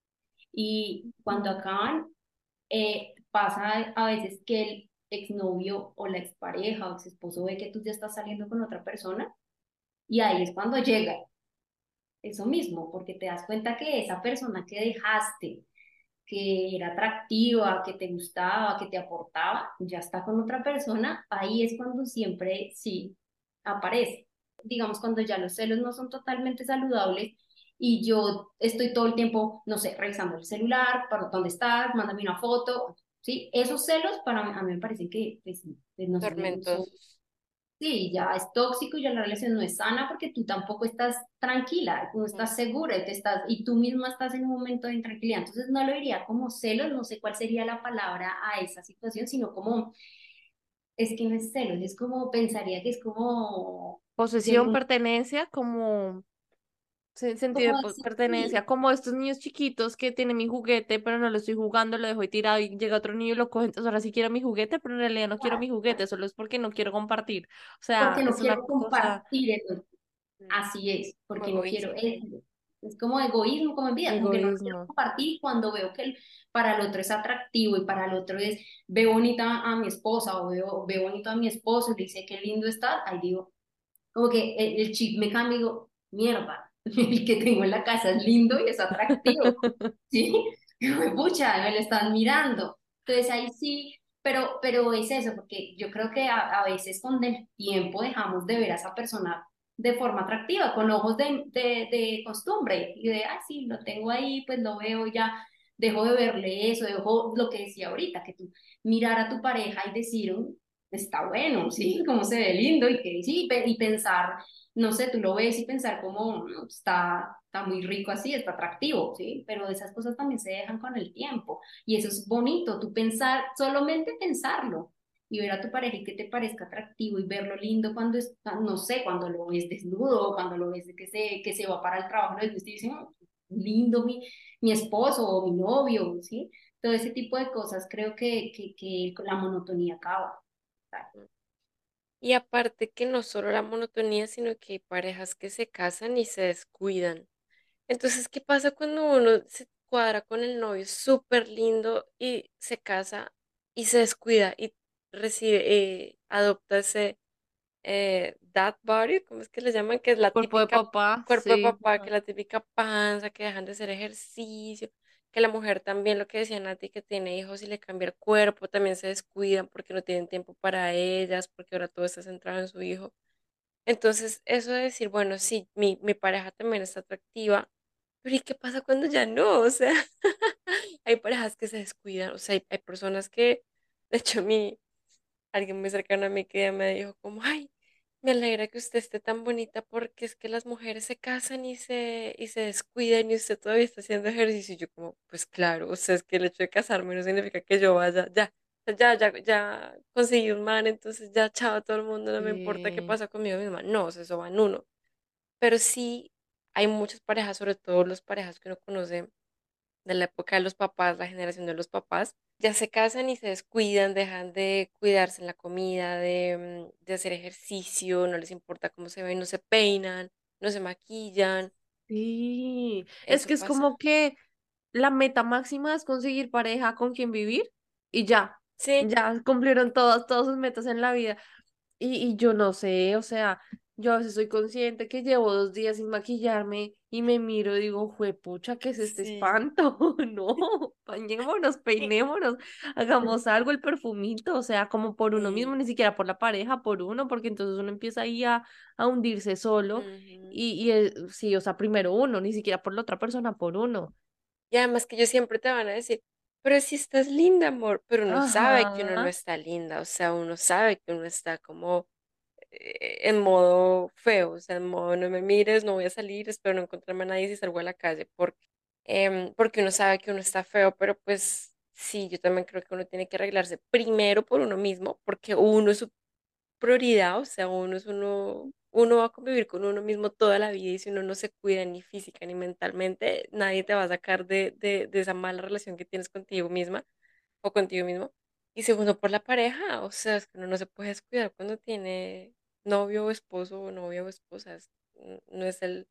Y cuando Mm. acaban, eh, pasa a veces que el exnovio o la expareja o ex esposo ve que tú ya estás saliendo con otra persona y ahí es cuando llega eso mismo, porque te das cuenta que esa persona que dejaste, que era atractiva, que te gustaba, que te aportaba, ya está con otra persona, ahí es cuando siempre sí aparece. Digamos, cuando ya los celos no son totalmente saludables y yo estoy todo el tiempo, no sé, revisando el celular, para dónde estás, mándame una foto, ¿sí? Esos celos para mí, a mí me parecen que pues, pues, no son, no son Tormentosos. Sí, ya es tóxico y ya la relación no es sana porque tú tampoco estás tranquila, tú no Mm. estás segura y, te estás, y tú misma estás en un momento de intranquilidad. Entonces no lo diría como celos, no sé cuál sería la palabra a esa situación, sino como, es que no es celos, es como, pensaría que es como, de Posesión, un- pertenencia, como sen- sentido de como po- decir, sí, pertenencia, como estos niños chiquitos que tienen mi juguete, pero no lo estoy jugando, lo dejo ahí tirado y llega otro niño y lo coge, entonces ahora sí quiero mi juguete, pero en realidad no quiero mi juguete, solo es porque no quiero compartir. O sea, porque no es una quiero cosa compartir eso. Mm. Así es, Como porque no quiero, egoísmo. es, es como egoísmo, como envidia, como que no lo quiero egoísmo. compartir cuando veo que el- para el otro es atractivo y para el otro es, veo bonita a mi esposa o veo, veo bonito a mi esposo y le dice qué lindo está, ahí digo, como que el, el chip me cambia y digo, mierda, el que tengo en la casa es lindo y es atractivo, ¿sí? Pucha, me lo están mirando. Entonces ahí sí, pero, pero es eso, porque yo creo que a, a veces con el tiempo dejamos de ver a esa persona de forma atractiva, con ojos de, de, de costumbre, y de, ah, sí, lo tengo ahí, pues lo veo ya, dejo de verle eso, dejo lo que decía ahorita, que tú mirar a tu pareja y decir, "Mm, está bueno, sí, cómo se ve lindo, y que sí, pe- y pensar no sé, tú lo ves y pensar como "No, está, está muy rico así, está atractivo, ¿sí? Pero esas cosas también se dejan con el tiempo y eso es bonito, tú pensar, solamente pensarlo y ver a tu pareja y que te parezca atractivo y verlo lindo cuando está, no sé, cuando lo ves desnudo, cuando lo ves que se, que se va para el trabajo, lo ves vestido y dices, "Oh, lindo mi, mi esposo o mi novio, ¿sí? Todo ese tipo de cosas creo que, que, que la monotonía acaba. Mm. Y aparte que no solo la monotonía, sino que hay parejas que se casan y se descuidan. Entonces, ¿qué pasa cuando uno se cuadra con el novio súper lindo y se casa y se descuida y recibe, eh, adopta ese eh, dad body? ¿Cómo es que le llaman? Que es la Cuerpo de típica papá, cuerpo de sí. papá, que Ajá. es la típica panza, que dejan de hacer ejercicio, que la mujer también, lo que decía Nati, que tiene hijos y le cambia el cuerpo, también se descuidan porque no tienen tiempo para ellas, porque ahora todo está centrado en su hijo. Entonces, eso de decir, bueno, sí, mi, mi pareja también está atractiva, pero ¿y qué pasa cuando ya no? O sea, hay parejas que se descuidan, o sea, hay, hay personas que, de hecho, mi, alguien muy cercano a mí que ya me dijo como, ay, me alegra que usted esté tan bonita porque es que las mujeres se casan y se, y se descuidan y usted todavía está haciendo ejercicio. Y yo como, pues claro, o sea, es que el hecho de casarme no significa que yo vaya, ya, ya, ya, ya conseguí un man, entonces ya, chao a todo el mundo, no me importa qué Sí. pasa conmigo misma. No, o sea, eso va en uno. Pero sí hay muchas parejas, sobre todo las parejas que uno conoce de la época de los papás, la generación de los papás, ya se casan y se descuidan, dejan de cuidarse en la comida, de, mm, de hacer ejercicio, no les importa cómo se ven, no se peinan, no se maquillan, Sí, es eso que es pasa. como que la meta máxima es conseguir pareja con quien vivir y ya, Sí, ya cumplieron todas, todas sus metas en la vida. Y, y yo no sé, o sea, yo a veces soy consciente que llevo dos días sin maquillarme y me miro y digo, juepucha, ¿qué es este sí. espanto? No, bañémonos, peinémonos, hagamos algo, el perfumito, o sea, como por uno mismo, Sí. ni siquiera por la pareja, por uno, porque entonces uno empieza ahí a, a hundirse solo Ujú. y, y eh, sí, o sea, primero uno, ni siquiera por la otra persona, por uno. Y además que ellos siempre te van a decir, pero si estás linda, amor, pero uno sabe que uno no Ajá. está linda, o sea, uno sabe que uno está como eh, en modo feo, o sea, en modo no me mires, no voy a salir, espero no encontrarme a nadie si salgo a la calle, porque, em, porque uno sabe que uno está feo, pero pues sí, yo también creo que uno tiene que arreglarse primero por uno mismo, porque uno es su prioridad, o sea, uno es uno, uno va a convivir con uno mismo toda la vida y si uno no se cuida ni física ni mentalmente, nadie te va a sacar de, de, de esa mala relación que tienes contigo misma o contigo mismo. Y segundo, por la pareja, o sea, es que uno no se puede descuidar cuando tiene novio o esposo o novia o esposa. es- n- no es el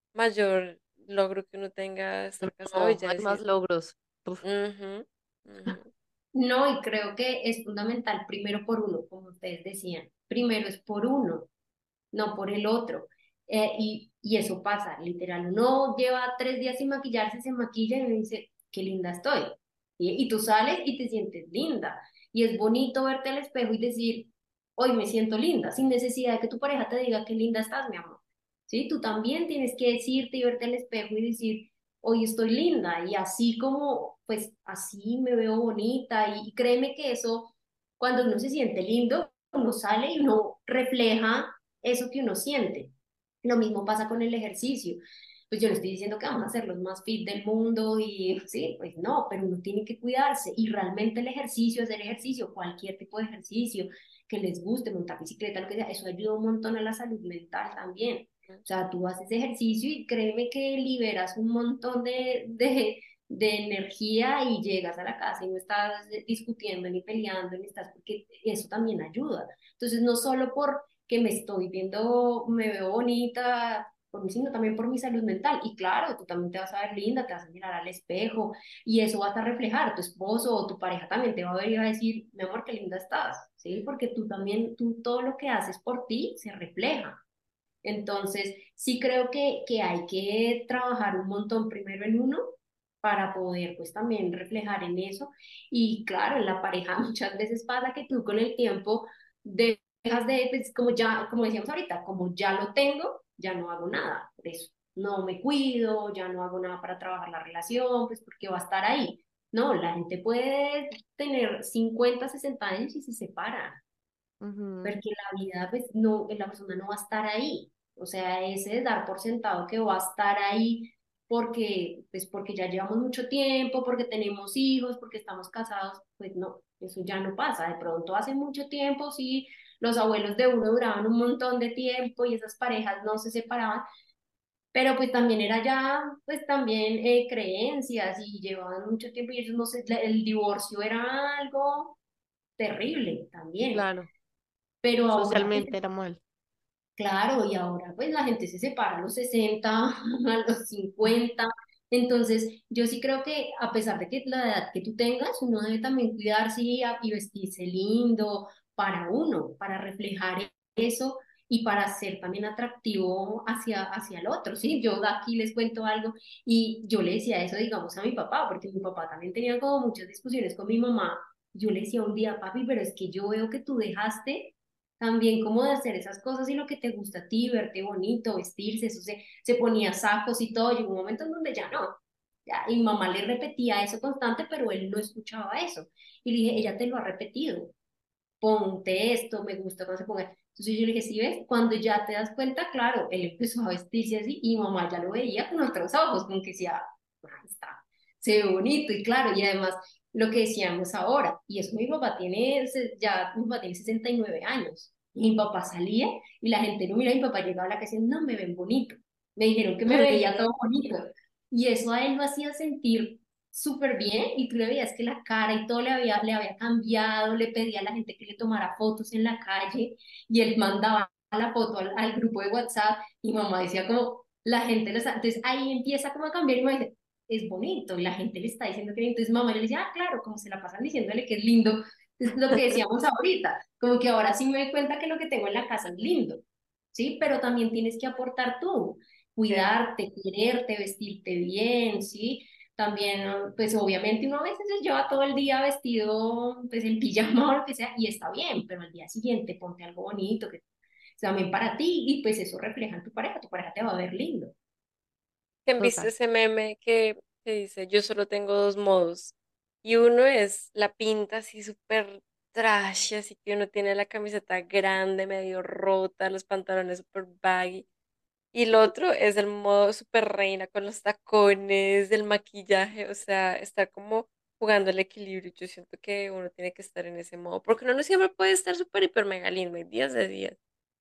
mayor logro que uno tenga estar casado y No, ya hay más decir, logros. Uf, "Ujú, ujú". No, y creo que es fundamental primero por uno, como ustedes decían, primero es por uno, no por el otro. Eh, y, y eso pasa, literal. Uno lleva tres días sin maquillarse, se maquilla y uno dice, qué linda estoy. Y, y tú sales y te sientes linda. Y es bonito verte al espejo y decir, hoy me siento linda, sin necesidad de que tu pareja te diga qué linda estás, mi amor. ¿Sí? Tú también tienes que decirte y verte al espejo y decir, hoy estoy linda. Y así como, pues así me veo bonita. Y, y créeme que eso, cuando uno se siente lindo, uno sale y uno refleja eso que uno siente. Lo mismo pasa con el ejercicio. Pues yo no estoy diciendo que vamos a ser los más fit del mundo y sí, pues no, pero uno tiene que cuidarse y realmente el ejercicio, hacer ejercicio, cualquier tipo de ejercicio que les guste, montar bicicleta, lo que sea, eso ayuda un montón a la salud mental también. O sea, tú haces ejercicio y créeme que liberas un montón de, de, de energía y llegas a la casa y no estás discutiendo ni peleando, ni estás, porque eso también ayuda. Entonces, no solo por que me estoy viendo, me veo bonita, por mí, sino también por mi salud mental. Y claro, tú también te vas a ver linda, te vas a mirar al espejo y eso va a reflejar, tu esposo o tu pareja también te va a ver y va a decir, mi amor, qué linda estás, ¿sí? Porque tú también, tú todo lo que haces por ti se refleja. Entonces, sí creo que, que hay que trabajar un montón primero en uno para poder pues también reflejar en eso. Y claro, en la pareja muchas veces pasa que tú con el tiempo dejas de, pues como ya, como decíamos ahorita, como ya lo tengo, ya no hago nada por eso. No me cuido, ya no hago nada para trabajar la relación, pues porque va a estar ahí. No, la gente puede tener cincuenta sesenta años y se separa ujú. porque la vida, pues, no, la persona no va a estar ahí. O sea, ese de dar por sentado que va a estar ahí porque, pues, porque ya llevamos mucho tiempo, porque tenemos hijos, porque estamos casados, pues no, eso ya no pasa. De pronto hace mucho tiempo, sí, los abuelos de uno duraban un montón de tiempo y esas parejas no se separaban, pero pues también era ya, pues también eh, creencias y llevaban mucho tiempo y eso no sé, el divorcio era algo terrible también. Claro, Pero ahora, pues socialmente era mal. claro, y ahora pues la gente se separa a los sesenta, a los cincuenta. Entonces, yo sí creo que a pesar de que la edad que tú tengas, uno debe también cuidarse y, a- y vestirse lindo para uno, para reflejar eso y para ser también atractivo hacia, hacia el otro, ¿sí? Yo aquí les cuento algo y yo le decía eso, digamos, a mi papá, porque mi papá también tenía como muchas discusiones con mi mamá. Yo le decía un día, papi, pero es que yo veo que tú dejaste también como de hacer esas cosas y lo que te gusta a ti, verte bonito, vestirse, eso se, se ponía sacos y todo, llegó un momento en donde ya no. Ya, y mamá le repetía eso constante, pero él no escuchaba eso. Y le dije, ella te lo ha repetido, ponte esto, me gusta cuando se ponga. Entonces yo le dije, si ves, cuando ya te das cuenta, claro, él empezó a vestirse así y mamá ya lo veía con otros ojos, como que decía, ahí está, se ve bonito y claro, y además lo que decíamos ahora, y eso mi papá tiene, se- ya mi papá tiene sesenta y nueve años, y mi papá salía y la gente no mira, mi papá llegaba a la casa y decía, no, me ven bonito, me dijeron que me Qué veía lindo. todo bonito, y eso a él lo hacía sentir súper bien y tú le veías que la cara y todo le había, le había cambiado, le pedía a la gente que le tomara fotos en la calle y él mandaba la foto al, al grupo de WhatsApp y mamá decía como, la gente lo sabe, entonces ahí empieza como a cambiar y me dice, es bonito y la gente le está diciendo que entonces mamá le decía, ah, claro, como se la pasan diciéndole que es lindo, es lo que decíamos ahorita, como que ahora sí me doy cuenta que lo que tengo en la casa es lindo, ¿sí? Pero también tienes que aportar tú, Sí. cuidarte, quererte, vestirte bien, ¿sí? También, ¿no? Pues obviamente uno a veces se lleva todo el día vestido, pues en pijama o lo que sea, y está bien, pero al día siguiente ponte algo bonito, que sea también para ti, y pues eso refleja en tu pareja, tu pareja te va a ver lindo. ¿Quién viste Total. ese meme que, que dice, yo solo tengo dos modos? Y uno es la pinta así súper trash, así que uno tiene la camiseta grande, medio rota, los pantalones súper baggy. Y el otro es el modo súper reina con los tacones, el maquillaje, o sea, estar como jugando el equilibrio. Yo siento que uno tiene que estar en ese modo, porque uno no siempre puede estar súper, hiper, mega lindo, hay días de días.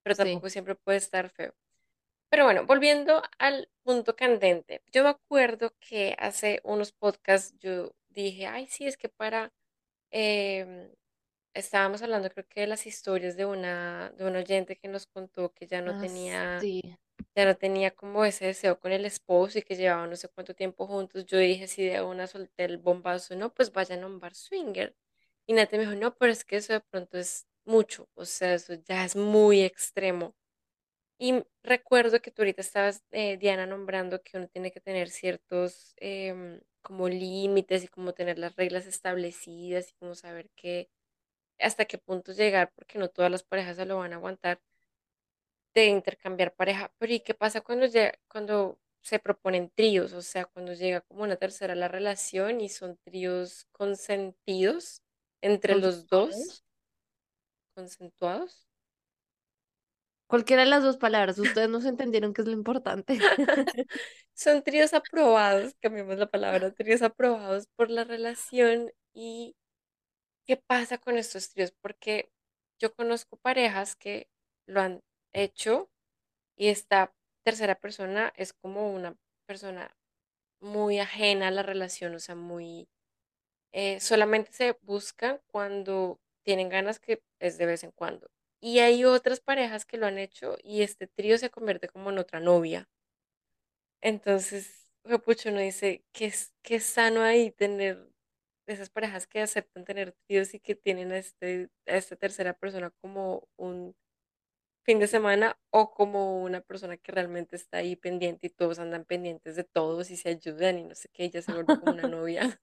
pero Sí. tampoco siempre puede estar feo. Pero bueno, volviendo al punto candente, yo me acuerdo que hace unos podcasts yo dije, ay, sí, es que para, em, estábamos hablando creo que de las historias de una, de un oyente que nos contó que ya no Ah, tenía, sí. ya no tenía como ese deseo con el esposo y que llevaban no sé cuánto tiempo juntos. Yo dije, si de una solté el bombazo, no, pues vayan a un bar swinger. Y Nati me dijo, no, pero es que eso de pronto es mucho, o sea, eso ya es muy extremo. Y recuerdo que tú ahorita estabas, eh, Diana, nombrando que uno tiene que tener ciertos em, como límites y como tener las reglas establecidas y como saber qué, hasta qué punto llegar, porque no todas las parejas se lo van a aguantar de intercambiar pareja. Pero ¿y qué pasa cuando, lle- cuando se proponen tríos? O sea, cuando llega como una tercera a la relación y son tríos consentidos entre los dos, ¿Consensuados? consensuados. Cualquiera de las dos palabras, ustedes no se entendieron qué es lo importante. Son tríos aprobados, cambiamos la palabra, tríos aprobados por la relación. ¿Y qué pasa con estos tríos? Porque yo conozco parejas que lo han hecho y esta tercera persona es como una persona muy ajena a la relación, o sea, muy, eh, solamente se buscan cuando tienen ganas, que es de vez en cuando. Y hay otras parejas que lo han hecho y este trío se convierte como en otra novia. Entonces, pucho, uno dice que es, que es sano ahí tener esas parejas que aceptan tener tríos y que tienen a, este, a esta tercera persona como un fin de semana o como una persona que realmente está ahí pendiente y todos andan pendientes de todos y se ayudan y no sé qué, ella se vuelve como una novia.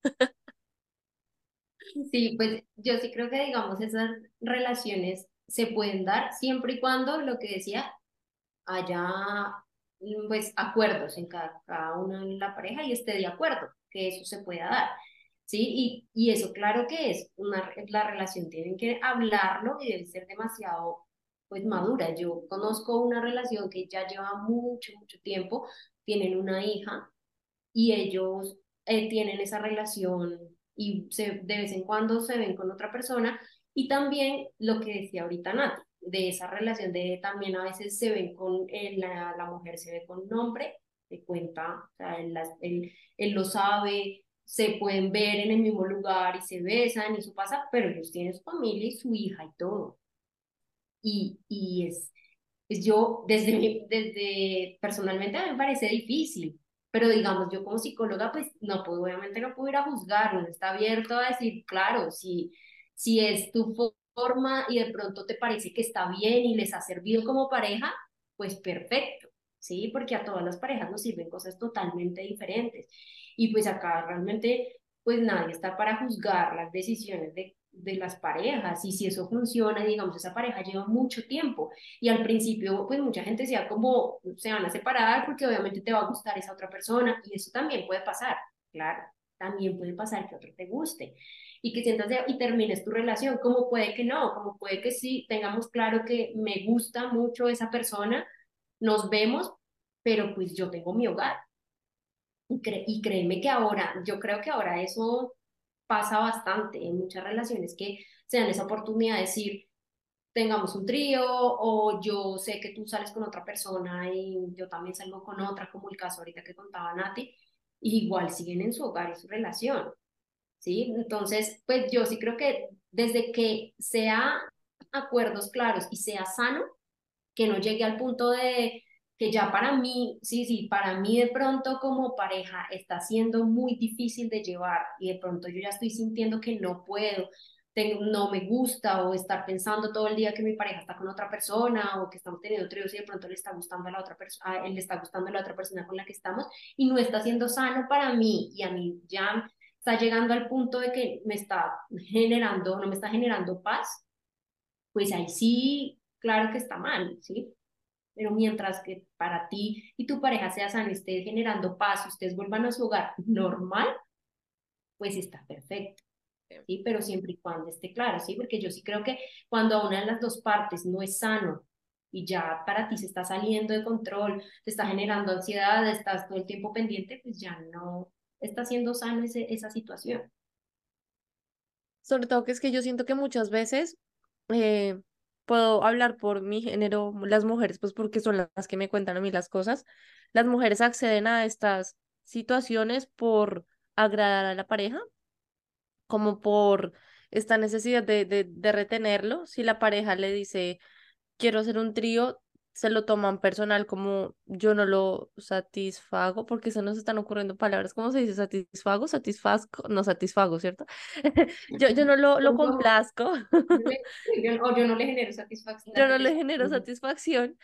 Sí, pues yo sí creo que, digamos, esas relaciones se pueden dar siempre y cuando, lo que decía, haya mm, pues acuerdos en cada, cada uno en la pareja y esté de acuerdo que eso se pueda dar, ¿sí? Y, y eso claro que es, una, la relación tienen que hablarlo y debe ser demasiado pues madura. Yo conozco una relación que ya lleva mucho, mucho tiempo, tienen una hija y ellos eh, tienen esa relación y se, de vez en cuando se ven con otra persona y también lo que decía ahorita Nati, de esa relación de también a veces se ven con, eh, la, la mujer se ve con un hombre, te cuenta, o sea, él, las- él, él lo sabe, se pueden ver en el mismo lugar y se besan y eso pasa, pero ellos tienen su familia y su hija y todo. Y, y es, es yo, desde, mi- desde personalmente a mí me parece difícil, pero digamos, yo como psicóloga, pues no puedo, obviamente no puedo ir a juzgar, uno está abierto a decir, claro, si, si es tu fo- forma y de pronto te parece que está bien y les ha servido como pareja, pues perfecto, ¿sí? Porque a todas las parejas nos sirven cosas totalmente diferentes. Y pues acá realmente, pues nadie está para juzgar las decisiones de, de las parejas y si eso funciona, digamos, esa pareja lleva mucho tiempo y al principio, pues mucha gente decía como se van a separar porque obviamente te va a gustar esa otra persona y eso también puede pasar, claro, también puede pasar que otro te guste y que sientas de- y termines tu relación, como puede que no, como puede que sí, tengamos claro que me gusta mucho esa persona, nos vemos, pero pues yo tengo mi hogar y, cre- y créeme que ahora, yo creo que ahora eso pasa bastante en muchas relaciones que se dan esa oportunidad de decir, tengamos un trío o yo sé que tú sales con otra persona y yo también salgo con otra, como el caso ahorita que contaba Nati, y igual siguen en su hogar y su relación, ¿sí? Entonces, pues yo sí creo que desde que sea acuerdos claros y sea sano, que no llegue al punto de que ya para mí, sí, sí, para mí de pronto como pareja está siendo muy difícil de llevar y de pronto yo ya estoy sintiendo que no puedo, tengo- no me gusta o estar pensando todo el día que mi pareja está con otra persona o que estamos teniendo tríos y de pronto le está gustando a la otra persona, él le está gustando a la otra persona con la que estamos y no está siendo sano para mí y a mí ya está llegando al punto de que me está generando, no me está generando paz, pues ahí sí, claro que está mal, ¿sí? Pero mientras que para ti y tu pareja sea sano y esté generando paz y ustedes vuelvan a su hogar normal, pues está perfecto, ¿sí? Pero siempre y cuando esté claro, ¿sí? Porque yo sí creo que cuando a una de las dos partes no es sano y ya para ti se está saliendo de control, te está generando ansiedad, estás todo el tiempo pendiente, pues ya no está siendo sano ese, esa situación. Sobre todo que es que yo siento que muchas veces, eh, puedo hablar por mi género, las mujeres, pues porque son las que me cuentan a mí las cosas. Las mujeres acceden a estas situaciones por agradar a la pareja, como por esta necesidad de, de, de retenerlo. Si la pareja le dice, quiero hacer un trío, se lo toman personal como yo no lo satisfago, porque se nos están ocurriendo palabras, ¿cómo se dice? Satisfago, satisfazco, no satisfago, ¿cierto? Yo, yo no lo, lo No, complazco, yo no le- yo- o yo no le genero satisfac- yo no le genero satisfacción. satisfacción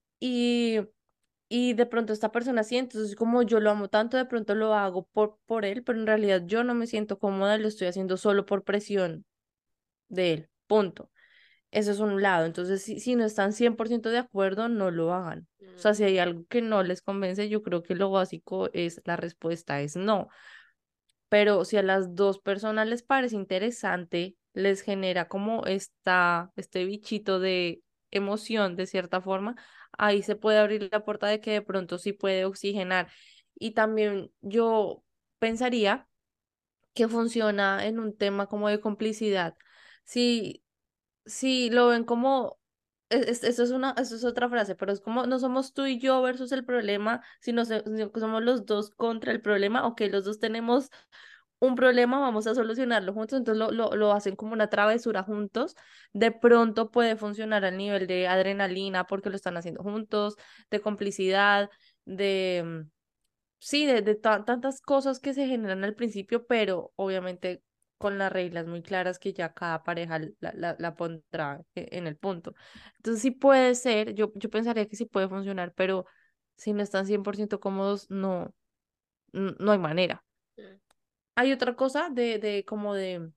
y, y de pronto esta persona sí, entonces como yo lo amo tanto, de pronto lo hago por, por él, pero en realidad yo no me siento cómoda, lo estoy haciendo solo por presión de él, punto. Eso es un lado. Entonces, si, si no están cien por ciento de acuerdo, no lo hagan. O sea, si hay algo que no les convence, yo creo que lo básico es, la respuesta es no. Pero si a las dos personas les parece interesante, les genera como esta, este bichito de emoción de cierta forma, ahí se puede abrir la puerta de que de pronto sí puede oxigenar. Y también yo pensaría que funciona en un tema como de complicidad. Si Sí, lo ven como, es- es- eso es una, eso es otra frase, pero es como, no somos tú y yo versus el problema, sino, se- sino que somos los dos contra el problema, ok, los dos tenemos un problema, vamos a solucionarlo juntos, entonces lo, lo, lo hacen como una travesura juntos, de pronto puede funcionar al nivel de adrenalina porque lo están haciendo juntos, de complicidad, de, mm, sí, de, de ta- tantas cosas que se generan al principio, pero obviamente con las reglas muy claras que ya cada pareja la, la, la pondrá e- en el punto. Entonces sí puede ser, yo, yo pensaría que sí puede funcionar, pero si no están cien por ciento cómodos, no, n- no hay manera. Mm. Hay otra cosa de, de como de,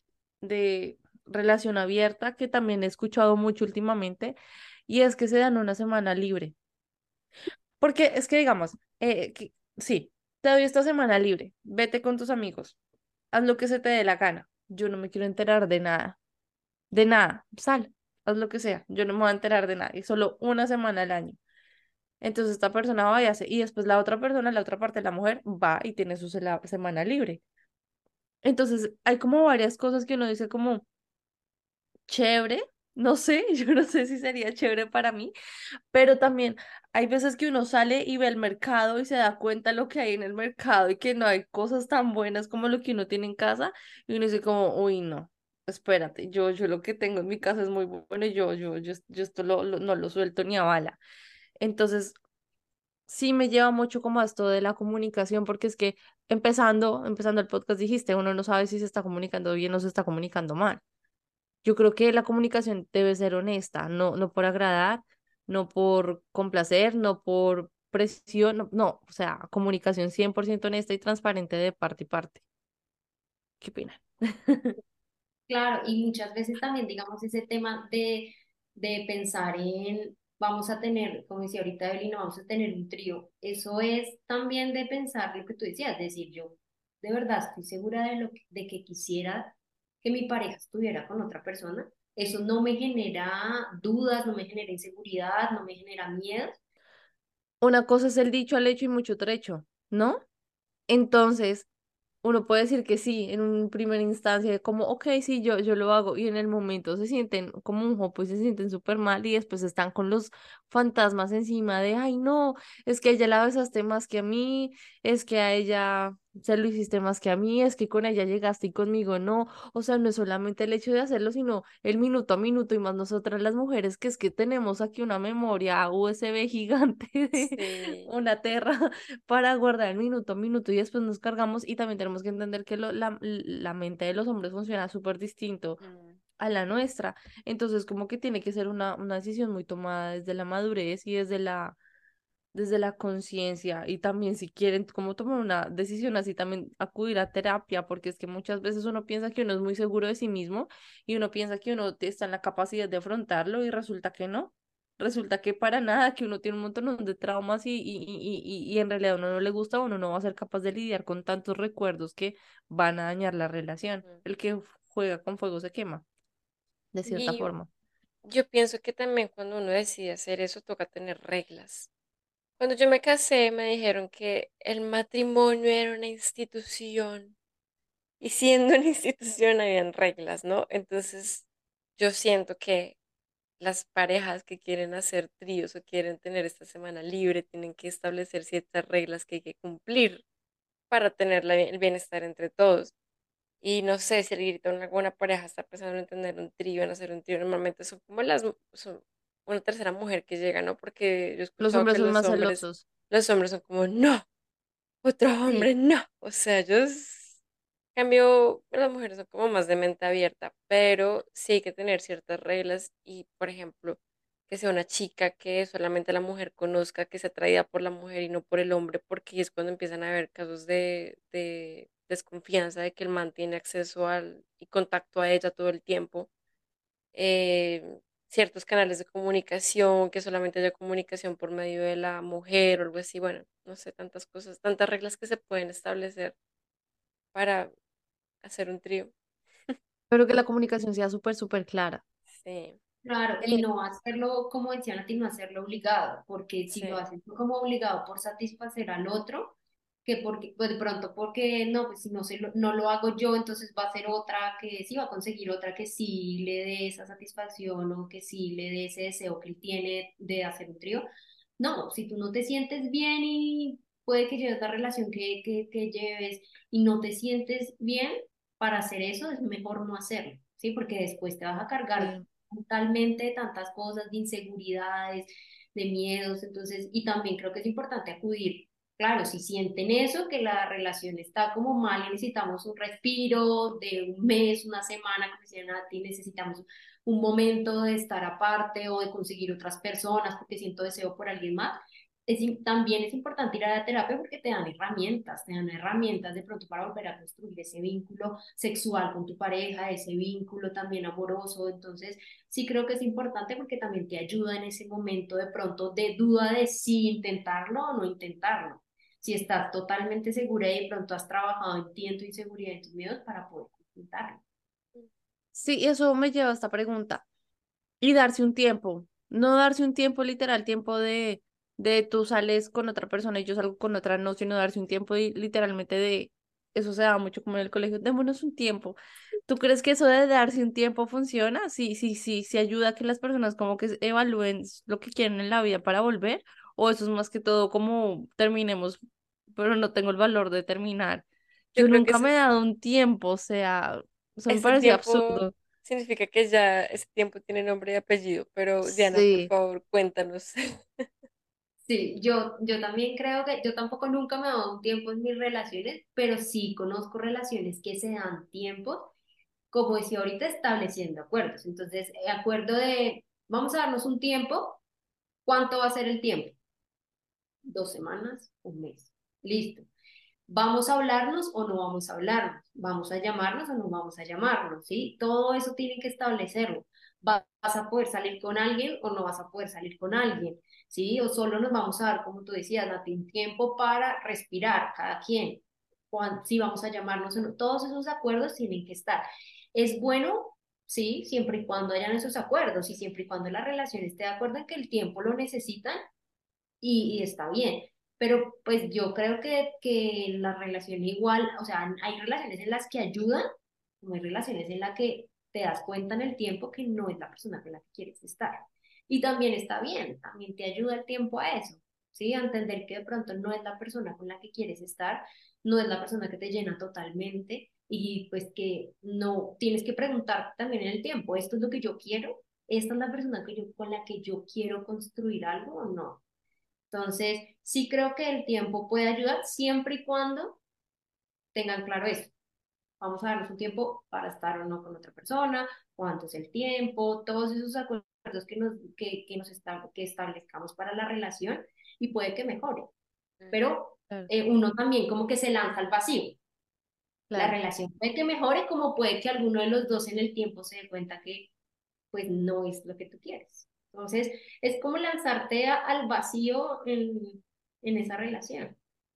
de relación abierta que también he escuchado mucho últimamente, y es que se dan una semana libre. Porque es que digamos, eh, que- sí, te doy esta semana libre, vete con tus amigos, haz lo que se te dé la gana. Yo no me quiero enterar de nada, de nada, sal, haz lo que sea, yo no me voy a enterar de nada, y solo una semana al año. Entonces esta persona va y hace, y después la otra persona, la otra parte de la mujer, va y tiene su sela- semana libre. Entonces hay como varias cosas que uno dice como chévere, no sé, yo no sé si sería chévere para mí, pero también hay veces que uno sale y ve el mercado y se da cuenta lo que hay en el mercado y que no hay cosas tan buenas como lo que uno tiene en casa y uno dice como, uy, no, espérate, yo, yo lo que tengo en mi casa es muy bueno y yo, yo, yo, yo esto lo, lo- no lo suelto ni a bala. Entonces, sí me lleva mucho como a esto de la comunicación porque es que empezando, empezando el podcast dijiste, uno no sabe si se está comunicando bien o se está comunicando mal. Yo creo que la comunicación debe ser honesta, no, no por agradar, no por complacer, no por presión, no, no, o sea, comunicación cien por ciento honesta y transparente de parte y parte. ¿Qué opinan? Claro, y muchas veces también, digamos, ese tema de, de pensar en, vamos a tener, como decía ahorita Evelina, vamos a tener un trío. Eso es también de pensar lo que tú decías, decir, yo de verdad estoy segura de, lo que- de que quisiera que mi pareja estuviera con otra persona. Eso no me genera dudas, no me genera inseguridad, no me genera miedo. Una cosa es el dicho al hecho y mucho trecho, ¿no? Entonces, uno puede decir que sí en un primer instancia, como, ok, sí, yo, yo lo hago, y en el momento se sienten como un jopo y se sienten súper mal, y después están con los fantasmas encima de, ay, no, es que a ella la besaste más que a mí, es que a ella se lo hiciste más que a mí, es que con ella llegaste y conmigo no, o sea, no es solamente el hecho de hacerlo, sino el minuto a minuto, y más nosotras las mujeres, que es que tenemos aquí una memoria U S B gigante de Sí. una terra para guardar minuto a minuto y después nos cargamos y también tenemos que entender que lo- la, la mente de los hombres funciona súper distinto Mm. a la nuestra. Entonces como que tiene que ser una, una decisión muy tomada desde la madurez y desde la, desde la conciencia y también si quieren como tomar una decisión así también acudir a terapia porque es que muchas veces uno piensa que uno es muy seguro de sí mismo y uno piensa que uno está en la capacidad de afrontarlo y resulta que no. Resulta que para nada, que uno tiene un montón de traumas y, y, y, y, y en realidad a uno no le gusta, uno no va a ser capaz de lidiar con tantos recuerdos que van a dañar la relación. Mm. El que juega con fuego se quema, de cierta Y forma. yo pienso que también cuando uno decide hacer eso toca tener reglas. Cuando yo me casé me dijeron que el matrimonio era una institución y siendo una institución habían reglas, ¿no? Entonces yo siento que las parejas que quieren hacer tríos o quieren tener esta semana libre tienen que establecer ciertas reglas que hay que cumplir para tener la- el bienestar entre todos. Y no sé si ahorita una, alguna pareja está pensando en tener un trío, en hacer un trío, normalmente son como las, mu- son una tercera mujer que llega, ¿no? Porque yo he Los escuchado hombres que son los más hombres, celosos. los hombres son como, no, otro Sí, hombre, no. O sea, ellos, en cambio, las mujeres son como más de mente abierta, pero sí hay que tener ciertas reglas y, por ejemplo, que sea una chica que solamente la mujer conozca, que sea atraída por la mujer y no por el hombre, porque es cuando empiezan a haber casos de, de desconfianza de que el man tiene acceso al y contacto a ella todo el tiempo. eh, Ciertos canales de comunicación, que solamente haya comunicación por medio de la mujer o algo así, bueno, no sé, tantas cosas, tantas reglas que se pueden establecer para hacer un trío. Pero que la comunicación sea súper, súper clara. Sí, claro, y eh, no hacerlo, como decían a ti, no hacerlo obligado, porque si lo sí, haces como obligado por satisfacer al otro, que porque, pues de pronto, porque no, pues si no, se lo, no lo hago yo, entonces va a ser otra que sí va a conseguir otra que sí le dé esa satisfacción o que sí le dé ese deseo que él tiene de hacer un trío. No, si tú no te sientes bien y puede que lleves la relación que, que, que lleves y no te sientes bien para hacer eso, es mejor no hacerlo, ¿sí? Porque después te vas a cargar Sí. totalmente de tantas cosas, de inseguridades, de miedos, entonces, y también creo que es importante acudir. Claro, si sienten eso, que la relación está como mal y necesitamos un respiro de un mes, una semana, como decían a ti, necesitamos un momento de estar aparte o de conseguir otras personas porque siento deseo por alguien más. Es, im- también es importante ir a la terapia porque te dan herramientas, te dan herramientas de pronto para volver a construir ese vínculo sexual con tu pareja, ese vínculo también amoroso. Entonces, sí creo que es importante porque también te ayuda en ese momento de pronto de duda de si intentarlo o no intentarlo. Si estás totalmente segura y de pronto has trabajado en ti, en tu inseguridad, en tus miedos para poder intentarlo. Sí, eso me lleva a esta pregunta. Y darse un tiempo, no darse un tiempo literal, tiempo de, de tú sales con otra persona y yo salgo con otra, no, sino darse un tiempo y literalmente de, eso se da mucho como en el colegio, démonos un tiempo. ¿Tú crees que eso de darse un tiempo funciona? Sí, sí, sí, sí ayuda a que las personas como que evalúen lo que quieren en la vida para volver, o eso es más que todo como terminemos, pero no tengo el valor de terminar. yo Yo creo que nunca me ese, he dado un tiempo, o sea, eso me ese parecía tiempo absurdo. significa que ya ese tiempo tiene nombre y apellido, pero Diana, por Sí. favor, cuéntanos. Sí, yo, yo también creo que yo tampoco nunca me he dado un tiempo en mis relaciones, pero sí conozco relaciones que se dan tiempos, como decía ahorita, estableciendo acuerdos. Entonces, eh, acuerdo de, vamos a darnos un tiempo, ¿cuánto va a ser el tiempo? Dos semanas, un mes. Listo. ¿Vamos a hablarnos o no vamos a hablarnos? ¿Vamos a llamarnos o no vamos a llamarnos? ¿Sí? Todo eso tienen que establecerlo. ¿Vas a poder salir con alguien o no vas a poder salir con alguien? ¿Sí? O solo nos vamos a dar, como tú decías, Nati, un tiempo para respirar, cada quien. Cuán- Si vamos a llamarnos o no. Todos esos acuerdos tienen que estar. Es bueno, sí, siempre y cuando hayan esos acuerdos y siempre y cuando la relación esté de acuerdo en que el tiempo lo necesitan y, y está bien. Pero pues yo creo que, que la relación igual, o sea, hay relaciones en las que ayudan, como hay relaciones en las que te das cuenta en el tiempo que no es la persona con la que quieres estar. Y también está bien, también te ayuda el tiempo a eso, ¿sí? A entender que de pronto no es la persona con la que quieres estar, no es la persona que te llena totalmente y pues que no, tienes que preguntarte también en el tiempo, ¿esto es lo que yo quiero? ¿Esta es la persona que yo, con la que yo quiero construir algo o no? Entonces, sí creo que el tiempo puede ayudar siempre y cuando tengan claro eso. Vamos a darnos un tiempo para estar o no con otra persona, cuánto es el tiempo, todos esos acuerdos que nos, que, que nos esta- que establezcamos para la relación y puede que mejore. Ujú. Pero Claro, eh, uno también como que se lanza al vacío. La claro. relación puede que mejore como puede que alguno de los dos en el tiempo se dé cuenta que pues no es lo que tú quieres. Entonces, es como lanzarte a- al vacío en, en esa relación.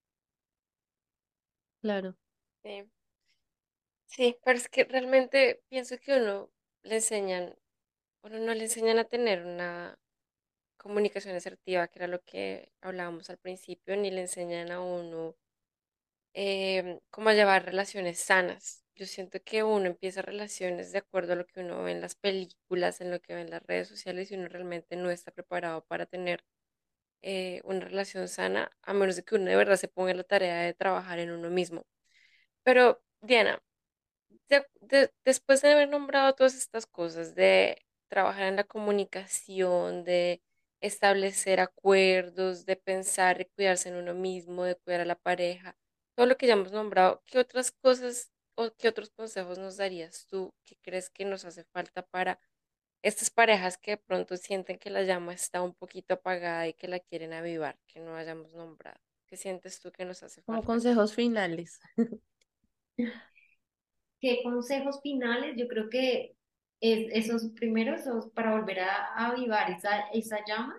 Claro. Sí, sí, pero es que realmente pienso que uno le enseñan, uno no le enseñan a tener una comunicación asertiva, que era lo que hablábamos al principio, ni le enseñan a uno em, cómo llevar relaciones sanas. Yo siento que uno empieza relaciones de acuerdo a lo que uno ve en las películas, en lo que ve en las redes sociales y uno realmente no está preparado para tener eh, una relación sana, a menos de que uno de verdad se ponga en la tarea de trabajar en uno mismo. Pero, Diana, de- de- después de haber nombrado todas estas cosas, de trabajar en la comunicación, de establecer acuerdos, de pensar y cuidarse en uno mismo, de cuidar a la pareja, todo lo que ya hemos nombrado, ¿qué otras cosas o qué otros consejos nos darías tú? ¿Qué crees que nos hace falta para estas parejas que de pronto sienten que la llama está un poquito apagada y que la quieren avivar, que no hayamos nombrado? ¿Qué sientes tú que nos hace Como falta aquí? consejos finales. ¿Qué consejos finales? Yo creo que es, esos primeros, esos para volver a, a avivar esa, esa llama,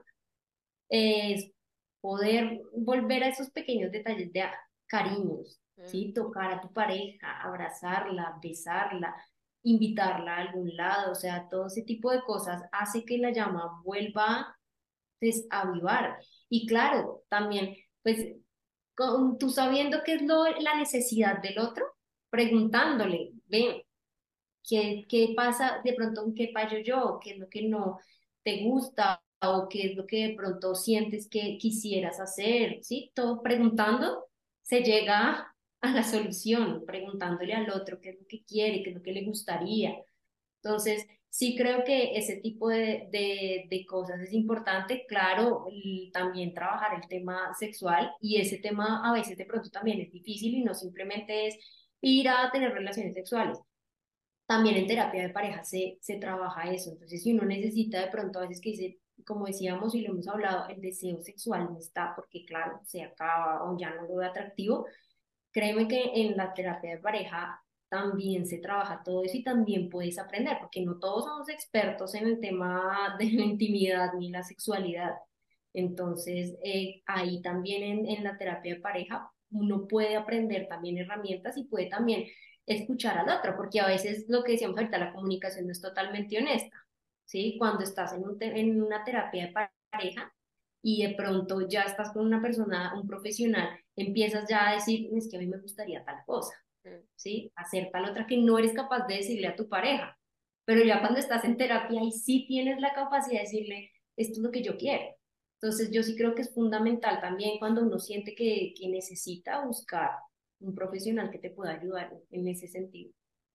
es poder volver a esos pequeños detalles de a- cariños, Mm, ¿sí? Tocar a tu pareja, abrazarla, besarla, invitarla a algún lado, o sea, todo ese tipo de cosas hace que la llama vuelva pues, a avivar. Y claro, también, pues, con, tú sabiendo qué es lo, la necesidad del otro, preguntándole, ven, ¿qué, qué pasa de pronto en qué fallo yo? ¿Qué es lo que no te gusta? ¿O qué es lo que de pronto sientes que quisieras hacer? ¿Sí? Todo preguntando se llega a la solución, preguntándole al otro qué es lo que quiere, qué es lo que le gustaría. Entonces, sí creo que ese tipo de, de, de cosas es importante. Claro, y también trabajar el tema sexual y ese tema a veces de pronto también es difícil y no simplemente es ir a tener relaciones sexuales. También en terapia de pareja se, se trabaja eso. Entonces, si uno necesita de pronto a veces que dice, como decíamos y lo hemos hablado, el deseo sexual no está porque, claro, se acaba o ya no lo ve atractivo, créeme que en la terapia de pareja también se trabaja todo eso y también puedes aprender, porque no todos somos expertos en el tema de la intimidad ni la sexualidad. Entonces, eh, ahí también en, en la terapia de pareja uno puede aprender también herramientas y puede también escuchar al otro, porque a veces lo que decíamos ahorita, la comunicación no es totalmente honesta, ¿sí? Cuando estás en, un te- en una terapia de pareja y de pronto ya estás con una persona, un profesional, empiezas ya a decir, es que a mí me gustaría tal cosa, mm. ¿sí? Hacer tal otra que no eres capaz de decirle a tu pareja, pero ya cuando estás en terapia y sí tienes la capacidad de decirle, esto es lo que yo quiero. Entonces yo sí creo que es fundamental también cuando uno siente que, que necesita buscar un profesional que te pueda ayudar en ese sentido.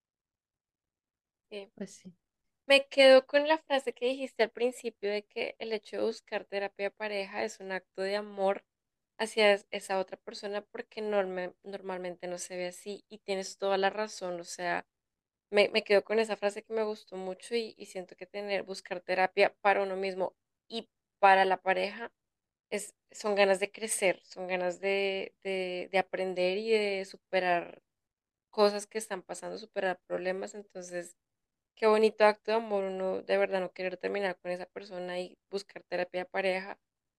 Sí. Pues sí. Me quedo con la frase que dijiste al principio de que el hecho de buscar terapia de pareja es un acto de amor hacia es- esa otra persona porque norme- normalmente no se ve así y tienes toda la razón, o sea, me, me quedo con esa frase que me gustó mucho y, y siento que tener, buscar terapia para uno mismo y para la pareja es, son ganas de crecer, son ganas de, de, de aprender y de superar cosas que están pasando, superar problemas, entonces... Qué bonito acto de amor, uno de verdad no querer terminar con esa persona y buscar terapia de pareja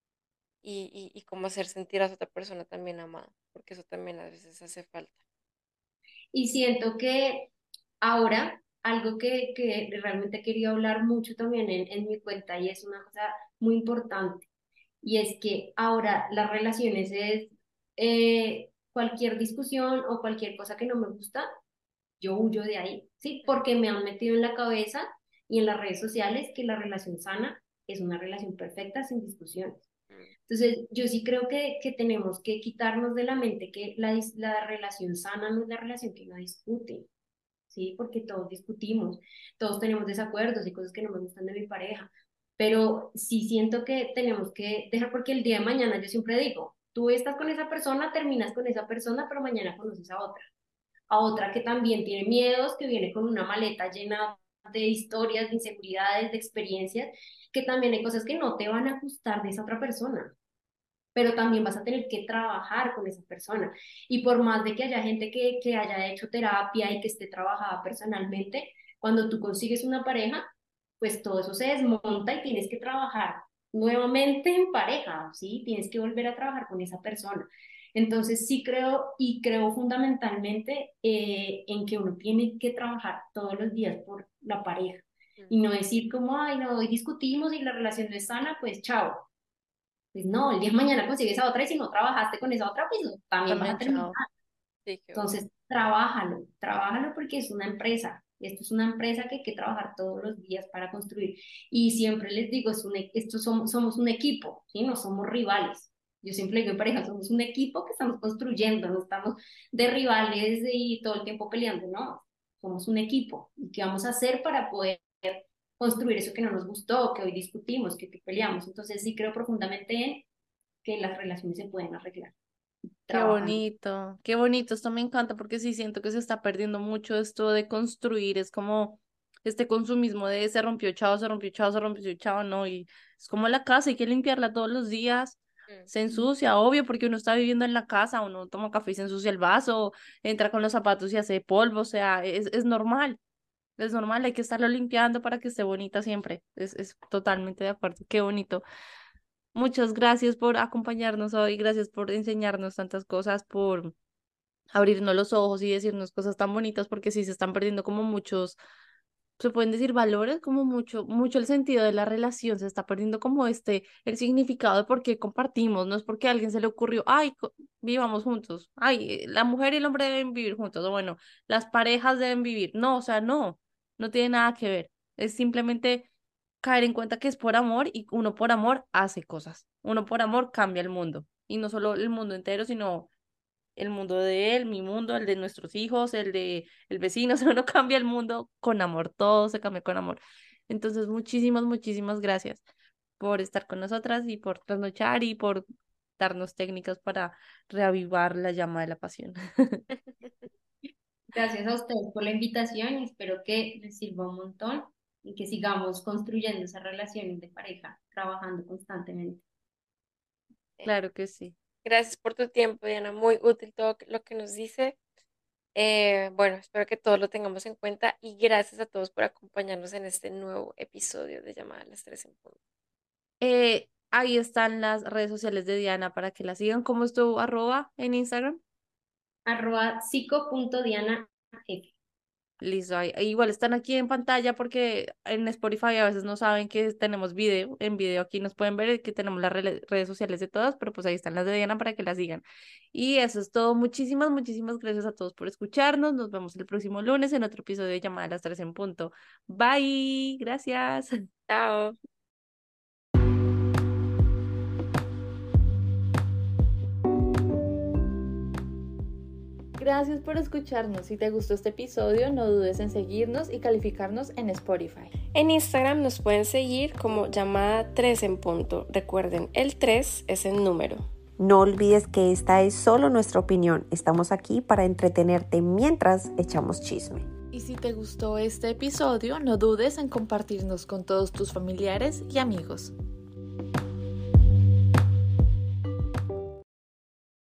y, y, y cómo hacer sentir a esa otra persona también amada, porque eso también a veces hace falta. Y siento que ahora, algo que, que realmente he querido hablar mucho también en, en mi cuenta y es una cosa muy importante, y es que ahora las relaciones es eh, cualquier discusión o cualquier cosa que no me gusta, yo huyo de ahí, ¿sí? Porque me han metido en la cabeza y en las redes sociales que la relación sana es una relación perfecta sin discusiones. Mm, Entonces, yo sí creo que, que tenemos que quitarnos de la mente que la, dis- la relación sana no es la relación que no discute, ¿sí? Porque todos discutimos, todos tenemos desacuerdos y cosas que no me gustan de mi pareja, pero sí siento que tenemos que dejar, porque el día de mañana yo siempre digo, tú estás con esa persona, terminas con esa persona, pero mañana conoces a otra, a otra que también tiene miedos, que viene con una maleta llena de historias, de inseguridades, de experiencias, que también hay cosas que no te van a gustar de esa otra persona, pero también vas a tener que trabajar con esa persona. Y por más de que haya gente que, que haya hecho terapia y que esté trabajada personalmente, cuando tú consigues una pareja, pues todo eso se desmonta y tienes que trabajar nuevamente en pareja, ¿sí? Tienes que volver a trabajar con esa persona. Entonces sí creo y creo fundamentalmente eh, en que uno tiene que trabajar todos los días por la pareja mm. y no decir como, ay, no, hoy discutimos y la relación no es sana, pues chao. Pues no, el día de mañana consigues a otra y si no trabajaste con esa otra, pues no, también vas a También, terminar. chao. Sí, qué bueno. Entonces, trabájalo, trabájalo porque es una empresa. Esto es una empresa que hay que trabajar todos los días para construir. Y siempre les digo, es un, e- esto somos, somos un equipo, ¿sí? No somos rivales. Yo siempre digo en pareja, somos un equipo que estamos construyendo, no estamos de rivales y todo el tiempo peleando, no. Somos un equipo. ¿Y qué vamos a hacer para poder construir eso que no nos gustó, que hoy discutimos, que, que peleamos? Entonces, sí creo profundamente en que las relaciones se pueden arreglar Qué trabajando. bonito, qué bonito, esto me encanta porque sí siento que se está perdiendo mucho esto de construir, es como este consumismo de se rompió, chao, se rompió, chao, se rompió, chao, no, y es como la casa, hay que limpiarla todos los días, se Mm. ensucia, obvio, porque uno está viviendo en la casa, uno toma café y se ensucia el vaso, entra con los zapatos y hace polvo, o sea, es, es normal, es normal, hay que estarlo limpiando para que esté bonita siempre, es, es totalmente de acuerdo, qué bonito. Muchas gracias por acompañarnos hoy, gracias por enseñarnos tantas cosas, por abrirnos los ojos y decirnos cosas tan bonitas, porque sí se están perdiendo como muchos, se pueden decir valores, como mucho, mucho el sentido de la relación, se está perdiendo como este, el significado de por qué compartimos, no es porque a alguien se le ocurrió, ay, co- vivamos juntos, ay, eh, la mujer y el hombre deben vivir juntos, o bueno, las parejas deben vivir, no, o sea, no, no tiene nada que ver, es simplemente caer en cuenta que es por amor y uno por amor hace cosas, uno por amor cambia el mundo, y no solo el mundo entero, sino el mundo de él, mi mundo, el de nuestros hijos, el de el vecino, o sea, uno cambia el mundo con amor, todo se cambia con amor. Entonces, muchísimas, muchísimas gracias por estar con nosotras y por trasnochar y por darnos técnicas para reavivar la llama de la pasión. Gracias a ustedes por la invitación y espero que les sirva un montón y que sigamos construyendo esas relaciones de pareja, trabajando constantemente. Eh, Claro que sí. Gracias por tu tiempo, Diana. Muy útil todo lo que nos dice. Eh, bueno, espero que todos lo tengamos en cuenta y gracias a todos por acompañarnos en este nuevo episodio de Llamada a las Tres en Punto. Eh, ahí están las redes sociales de Diana para que la sigan. ¿Cómo es tu arroba en Instagram? Arroba psico.diana F. Listo, ahí- igual están aquí en pantalla porque en Spotify a veces no saben que tenemos video. En video aquí nos pueden ver que tenemos las rele- redes sociales de todas, pero pues ahí están las de Diana para que las sigan. Y eso es todo. Muchísimas, muchísimas gracias a todos por escucharnos. Nos vemos el próximo lunes en otro episodio de Llamada a las tres en punto. Bye, gracias. Chao. Gracias por escucharnos. Si te gustó este episodio, no dudes en seguirnos y calificarnos en Spotify. En Instagram nos pueden seguir como llamada tres en punto. Recuerden, el tres es el número. No olvides que esta es solo nuestra opinión. Estamos aquí para entretenerte mientras echamos chisme. Y si te gustó este episodio, no dudes en compartirnos con todos tus familiares y amigos.